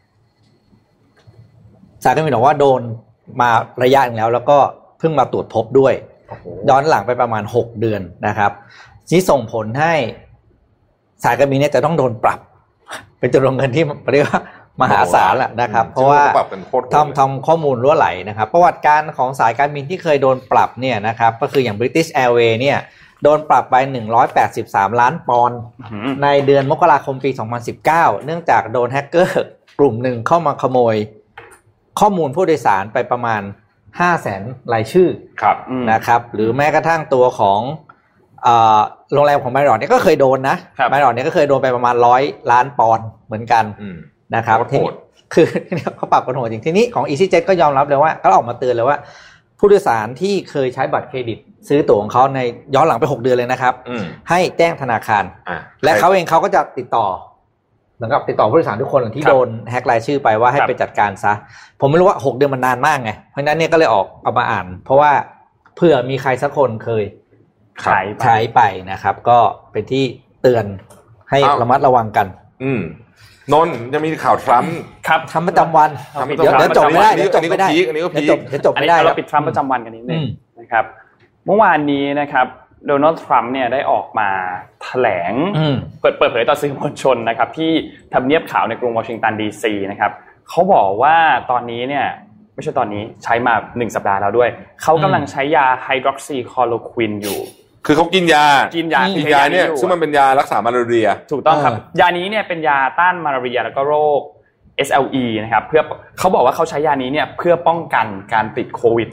สายการบินบอกว่าโดนมาระยะนึงแล้วก็เพิ่งมาตรวจพบด้วยย้อนหลังไปประมาณ6เดือนนะครับนี่ส่งผลให้สายการบินเนี่ยจะต้องโดนปรับเป็นจำนวนเงินที่เรียกว่ามหาศาลแหละนะครับเพราะว่าทำข้อมูลรั่วไหลนะครับประวัติการของสายการบินที่เคยโดนปรับเนี่ยนะครับก็คืออย่าง British Airways เนี่ยโดนปรับไป183ล้านปอนด์ในเดือนมกราคมปี2019เนื่องจากโดนแฮกเกอร์กลุ่มหนึ่งเข้ามาขโมยข้อมูลผู้โดยสารไปประมาณ 500,000 รายชื่อนะครับหรือแม้กระทั่งตัวของโรงแรมของ Marriott เนี่ยก็เคยโดนนะ Marriott เนี่ยก็เคยโดนไปประมาณ100ล้านปอนด์เหมือนกันนะครับคือเขาปรับกันโหดจริงทีนี้ของ EasyJet ก็ยอมรับเลยว่าเขาออกมาเตือนเลยว่าผู้โดยสารที่เคยใช้บัตรเครดิตซื้อตั๋วของเขาในย้อนหลังไป6เดือนเลยนะครับให้แจ้งธนาคารและเขาเองเขาก็จะติดต่อเหมือนกับติดต่อผู้โดยสารทุกคนที่โดนแฮกรายชื่อไปว่าให้ไปจัดการซะผมไม่รู้ว่า6เดือนมันนานมากไงเพราะฉะนั้นเนี่ยก็เลยเอามาอ่านเพราะว่าเผื่อมีใครสักคนเคยใช้ไปนะครับก็เป็นที่เตือนให้ระมัดระวังกันนนจะมีข่าวทรัมป์ครับทำประจำวันเดี๋ยวจบไม่ได้อันนี้ก็พีคจบไม่ได้เราปิดทรัมป์ประจำวันกันนิดนึงนะครับเมื่อวานนี้นะครับโดนัลด์ทรัมป์เนี่ยได้ออกมาแถลงเปิดเผยต่อสื่อมวลชนนะครับที่ทำเนียบขาวในกรุงวอชิงตันดีซีนะครับเขาบอกว่าตอนนี้เนี่ยไม่ใช่ตอนนี้ใช้มา1สัปดาห์แล้วด้วยเขากำลังใช้ยาไฮดรอกซีคลอโรควินอยู่คือเขากินยาเนี่ยซึ่งมันเป็นยารักษามาลาเรียถูกต้องครับยานี้เนี่ยเป็นยาต้านมาลาเรียแล้วก็โรค SLE นะครับเพื่อเขาบอกว่าเขาใช้ยานี้เนี่ยเพื่อป้องกันการติดโควิด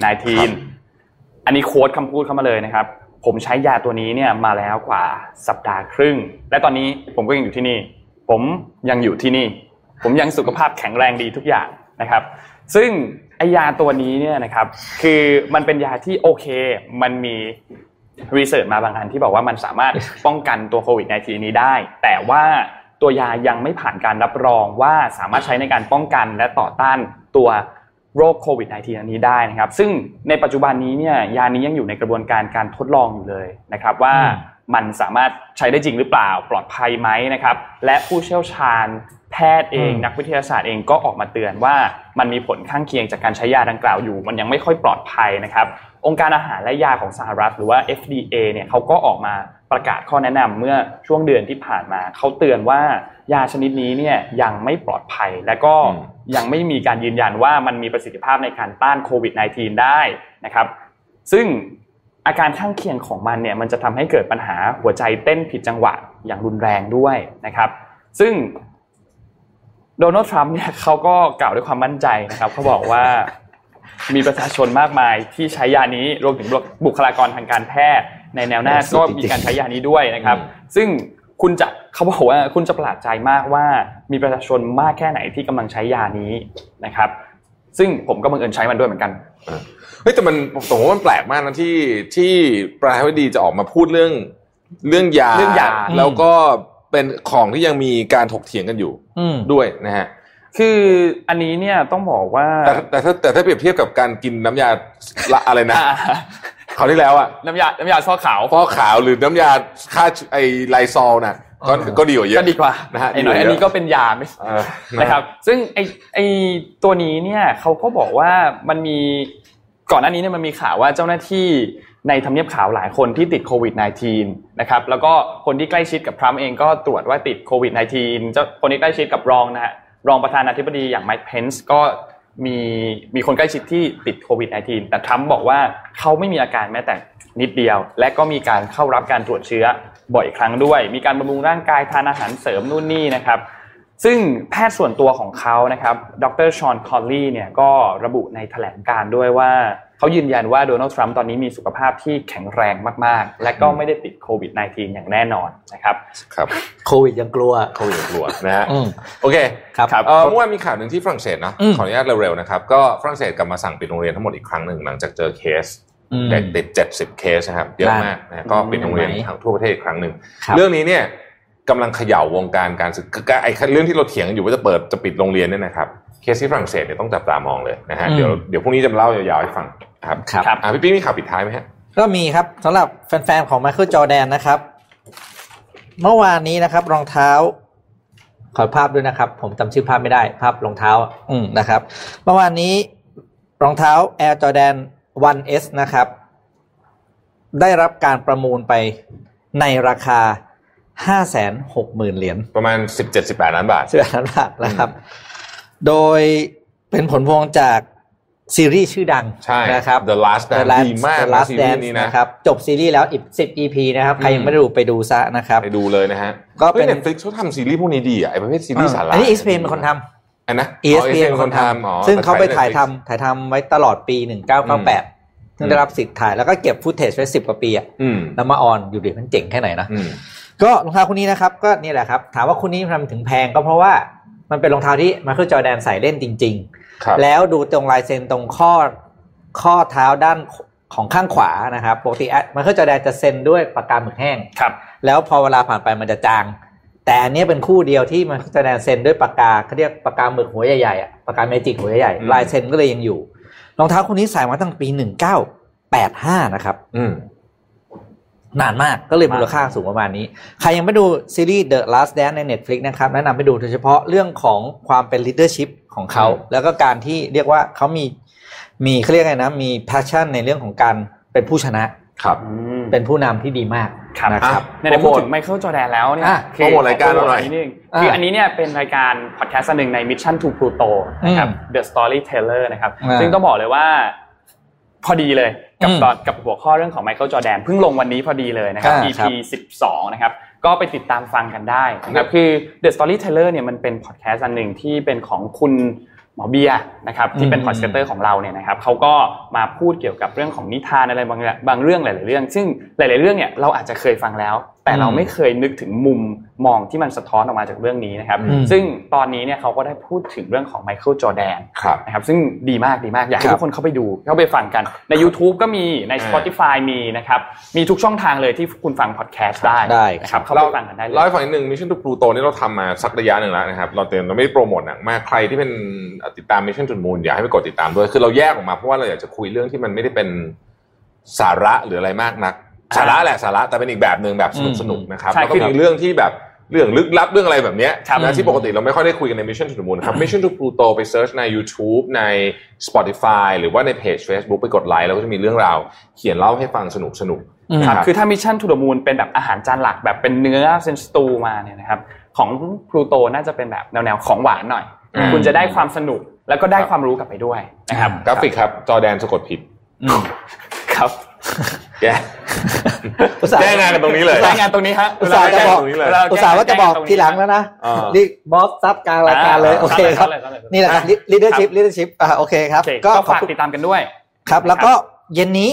-19 อันนี้โค้ดคำพูดเข้ามาเลยนะครับผมใช้ยาตัวนี้เนี่ยมาแล้วกว่าสัปดาห์ครึ่งและตอนนี้ผมก็ยังอยู่ที่นี่ผมยังอยู่ที่นี่ผมยังสุขภาพแข็งแรงดีทุกอย่างนะครับซึ่งไอยาตัวนี้เนี่ยนะครับคือมันเป็นยาที่โอเคมันมีรีเสิร์ชมาบางอันที่บอกว่ามันสามารถป้องกันตัวโควิด -19 นี้ได้แต่ว่าตัวยายังไม่ผ่านการรับรองว่าสามารถใช้ในการป้องกันและต่อต้านตัวโรคโควิด -19 อันนี้ได้นะครับซึ่งในปัจจุบันนี้เนี่ยยานี้ยังอยู่ในกระบวนการทดลองอยู่เลยนะครับว่ามันสามารถใช้ได้จริงหรือเปล่าปลอดภัยไหมนะครับและผู้เชี่ยวชาญแพทย์เองนักวิทยาศาสตร์เองก็ออกมาเตือนว่ามันมีผลข้างเคียงจากการใช้ยาดังกล่าวอยู่มันยังไม่ค่อยปลอดภัยนะครับองค์การอาหารและยาของสหรัฐหรือว่า FDA เนี่ยเขาก็ออกมาประกาศข้อแนะนำเมื่อช่วงเดือนที่ผ่านมาเขาเตือนว่ายาชนิดนี้เนี่ยยังไม่ปลอดภัยและก็ยังไม่มีการยืนยันว่ามันมีประสิทธิภาพในการต้านโควิด -19 ได้นะครับซึ่งอาการข้างเคียงของมันเนี่ยมันจะทำให้เกิดปัญหาหัวใจเต้นผิดจังหวะอย่างรุนแรงด้วยนะครับซึ่งโดนัลด์ทรัมป์เนี่ยเขาก็กล่าวด้วยความมั่นใจนะครับเขาบอกว่ามีประชาชนมากมายที่ใช้ยานี้รวมถึงบุคลากรทางการแพทย์ในแนวหน้าก็มีการใช้ยานี้ด้วยนะครับซึ่งเขาบอกว่าคุณจะประหลาดใจมากว่ามีประชาชนมากแค่ไหนที่กำลังใช้ยานี้นะครับซึ่งผมก็บังเอิญใช้มันด้วยเหมือนกันเฮ้ยแต่มันผมว่ามันแปลกมากนะที่ประธานาธิบดีจะออกมาพูดเรื่องยาแล้วก็เป็นของที่ยังมีการถกเถียงกันอยู่ด้วยนะฮะคืออันนี้เนี่ยต้องบอกว่าแต่ถ้าเปรียบเทียบกับการกินน้ำยาอะไรนะคราวที่แล้วอะน้ำยาฟอกขาวหรือน้ำยาฆ่าไอไลซอลน่ะก็ดีกว่าเยอะก็ดีกว่านะฮะอันนี้ก็เป็นยานะครับซึ่งไอตัวนี้เนี่ยเขาก็บอกว่ามันมีก่อนหน้านี้เนี่ยมันมีข่าวว่าเจ้าหน้าที่ในทำเนียบขาวหลายคนที่ติดโควิด -19 นะครับแล้วก็คนที่ใกล้ชิดกับทรัมป์เองก็ตรวจว่าติดโควิด -19 คนที่ใกล้ชิดกับรองประธานาธิบดีอย่างไมค์เพนซ์ก็มีคนใกล้ชิดที่ติดโควิด -19 แต่ทรัมป์บอกว่าเขาไม่มีอาการแม้แต่นิดเดียวและก็มีการเข้ารับการตรวจเชื้อบ่อยครั้งด้วยมีการบำรุงร่างกายทานอาหารเสริมนู่นนี่นะครับซึ่งแพทย์ส่วนตัวของเขานะครับดร.ชอนคอลลี่เนี่ยก็ระบุในแถลงการณ์ด้วยว่าเขายืนยันว่าโดนัลด์ทรัมป์ตอนนี้มีสุขภาพที่แข็งแรงมากๆและก็ไม่ได้ติดโควิด -19 อย่างแน่นอนนะครับครับโควิดยังกลัวนะฮะโอเคครับเมื่อวานมีข่าวหนึ่งที่ฝรั่งเศสนะขออนุญาตเร็วๆนะครับก็ฝรั่งเศสกลับมาสั่งปิดโรงเรียนทั้งหมดอีกครั้งหนึ่งหลังจากเจอเคสเด็กติด70เคสนะครับเยอะมากนะก็ปิดโรงเรียนทั้งทั่วประเทศอีกครั้งหนึ่งเรื่องนี้เนี่ยกำลังเขย่าวงการการศึกษาไอ้เรื่องที่เราเถียงกันอยู่ว่าจะปิดโรงเรียนเนี่ยนะครับเคสที่ฝรั่งเศสเนี่ยต้องจับตามองเลยนะฮะเดี๋ยวพรุ่งนี้จะมาเล่ายาวๆให้ฟังครับพี่ปิ๊กมีข่าวปิดท้ายไหมฮะก็มีครับสำหรับแฟนๆของไมเคิลจอร์แดนนะครับเมื่อวานนี้นะครับรองเท้าขอภาพด้วยนะครับผมจำชื่อภาพไม่ได้ภาพรองเท้านะครับเมื่อวานนี้รองเท้า Air Jordan 1S นะครับได้รับการประมูลไปในราคา 560,000 เหรียญประมาณ 17-18 ล้านบาทนะครับโดยเป็นผลพวงจากซีรีส์ชื่อดังนะครับ The Last Dance ดีมาก The Last Dance นะครับจบซีรีส์แล้วอีก10 EP นะครับใครยังไม่ได้ดูไปดูซะนะครับไปดูเลยนะฮะก็เป็น Netflix เขาทำซีรีส์พวกนี้ดีอ่ะไอ้ประเภทซีรีส์สาระอันนี้ ESPN เป็นคนทำอันนะ ESPN เป็นคนทำซึ่งเขาไปถ่ายทำไว้ตลอดปี1998ซึ่งได้รับสิทธิ์ถ่ายแล้วก็เก็บฟุตเทจไว้10 กว่าปีอ่ะแล้วมาออนอยู่ดิมันเจ๋งแค่ไหนนะก็รองเท้าคู่นี้นะครับก็นี่แหละครับถามว่าคู่นี้ทำถึงแพงก็เพราะว่ามันเป็นรองเท้าที่ไมเคิลจอร์แดนใส่เล่นจริงๆแล้วดูตรงลายเซ็นตรงข้อเท้าด้านของข้างขวานะครับปกติไมเคิลจอร์แดนจะเซ็นด้วยปากกาหมึกแห้งแล้วพอเวลาผ่านไปมันจะจางแต่อันนี้เป็นคู่เดียวที่ไมเคิลจอร์แดนเซ็นด้วยปากกาเขาเรียกปากกาหมึกหัวใหญ่ๆปากกาเมจิกหัวใหญ่ๆลายเซ็นก็เลยยังอยู่รองเท้าคู่นี้ใส่มาตั้งปี1985นะครับนานมากก็เลยมูลค่าสูงประมาณนี้ใครยังไม่ดูซีรีส์ The Last Dance ใน Netflix นะครับแนะนำให้ดูโดยเฉพาะเรื่องของความเป็น leadership ของเขาแล้วก็การที่เรียกว่าเขามีเขาเรียกไงนะมี passion ในเรื่องของการเป็นผู้ชนะครับเป็นผู้นำที่ดีมากนะครับในพูดถึงไมเคิลจอร์แดนแล้วเนี่ยโปรโมทรายการเราหน่อยคืออันนี้เนี่ยเป็นรายการพอดแคสต์อันนึงใน Mission to Pluto นะครับ The Storyteller นะครับซึ่งต้องบอกเลยว่าพอดีเลยกับหัวข้อเรื่องของไมเคิลจอร์แดนเพิ่งลงวันนี้พอดีเลยนะครับ EP 12นะครับก็ไปติดตามฟังกันได้นะครับคือ The Storyteller เนี่ยมันเป็นพอดแคสต์อันนึงที่เป็นของคุณหมอเบียร์นะครับที่เป็นพอดแคสเตอร์ของเราเนี่ยนะครับเขาก็มาพูดเกี่ยวกับเรื่องของนิทานอะไรบางเรื่องหลายๆเรื่องซึ่งหลายๆเรื่องเนี่ยเราอาจจะเคยฟังแล้วแต่เราไม่เคยนึกถึงมุมมองที่มันสะท้อนออกมาจากเรื่องนี้นะครับซึ่งตอนนี้เนี่ยเขาก็ได้พูดถึงเรื่องของไมเคิลจอร์แดนนะครับซึ่งดีมากอยากให้ทุกคนเข้าไปดูเข้าไปฟังกันใน YouTube ก็มีใน Spotify มีนะครับมีทุกช่องทางเลยที่คุณฟังพอดแคสต์ได้นะครับเข้าไปฟังกันได้เลยเล่าให้ฟังนิดนึง Mission to Pluto นี่เราทำมาสักระยะนึงแล้วนะครับเราไม่ได้โปรโมทหนังมากใครที่เป็นติดตาม Mission to Moon อยากให้ไปกดติดตามด้วยคือเราแยกออกมาเพราะว่าเราอยากจะคุยเรื่องที่มันไม่ได้เป็นสาระหรืออะไรมากนักสาระแหละสาระแต่เป็นอีกแบบนึงแบบสนุกนะครับแล้วก็มีเรื่องที่แบบเรื่องลึกลับเรื่องอะไรแบบนี้นะที่ปกติเราไม่ค่อยได้คุยกันใน Mission to the Moon ครับ Mission to Pluto ไปเซิร์ชใน YouTube ใน Spotify หรือว่าในเพจ Facebook ไปกดไลค์แล้วก็จะมีเรื่องราวเขียนเล่าให้ฟังสนุกครับคือถ้า Mission to the Moon เป็นแบบอาหารจานหลักแบบเป็นเนื้อเซนสตูมาเนี่ยนะครับของ Pluto น่าจะเป็นแบบแนวของหวานหน่อยคุณจะได้ความสนุกแล้วก็ได้ความรู้กลับไปด้วยนะครับกราฟิกครับจอร์แดนสะกดผิดครับแจ้งงานกันตรงนี้เลยแจ้งงานตรงนี้ฮะอุตส่าห์จะบอกว่าจะบอกทีหลังแล้วนะนี่บอสซับกลางรายการเลยโอเคครับนี่แหละครับ leadership โอเคครับก็ฝากติดตามกันด้วยครับแล้วก็เย็นนี้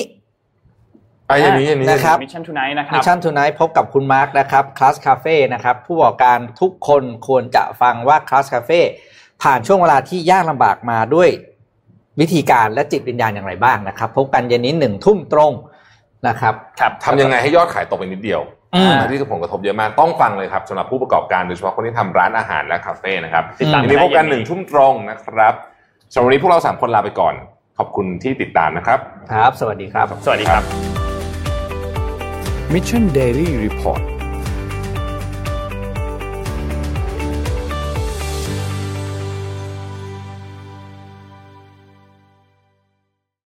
นะครับ Mission Tonight นะครับ Mission Tonight พบกับคุณมาร์คนะครับ Class Cafe นะครับผู้บอกการทุกคนควรจะฟังว่า Class Cafe ผ่านช่วงเวลาที่ยากลำบากมาด้วยวิธีการและจิตวิญญาณอย่างไรบ้างนะครับพบกันเย็นนี้ 19:00 น.ตรงนะครับทำยังไงให้ยอดขายตกไปนิดเดียวที่ผลกระทบเยอะมากต้องฟังเลยครับสำหรับผู้ประกอบการโดยเฉพาะคนที่ทำร้านอาหารและคาเฟ่นะครับวันนี้พบกัน 19:00 น.ตรงนะครับสำหรับวันนี้พวกเรา3คนลาไปก่อนขอบคุณที่ติดตามนะครับครับสวัสดีครับสวัสดีครับ Mission Daily Report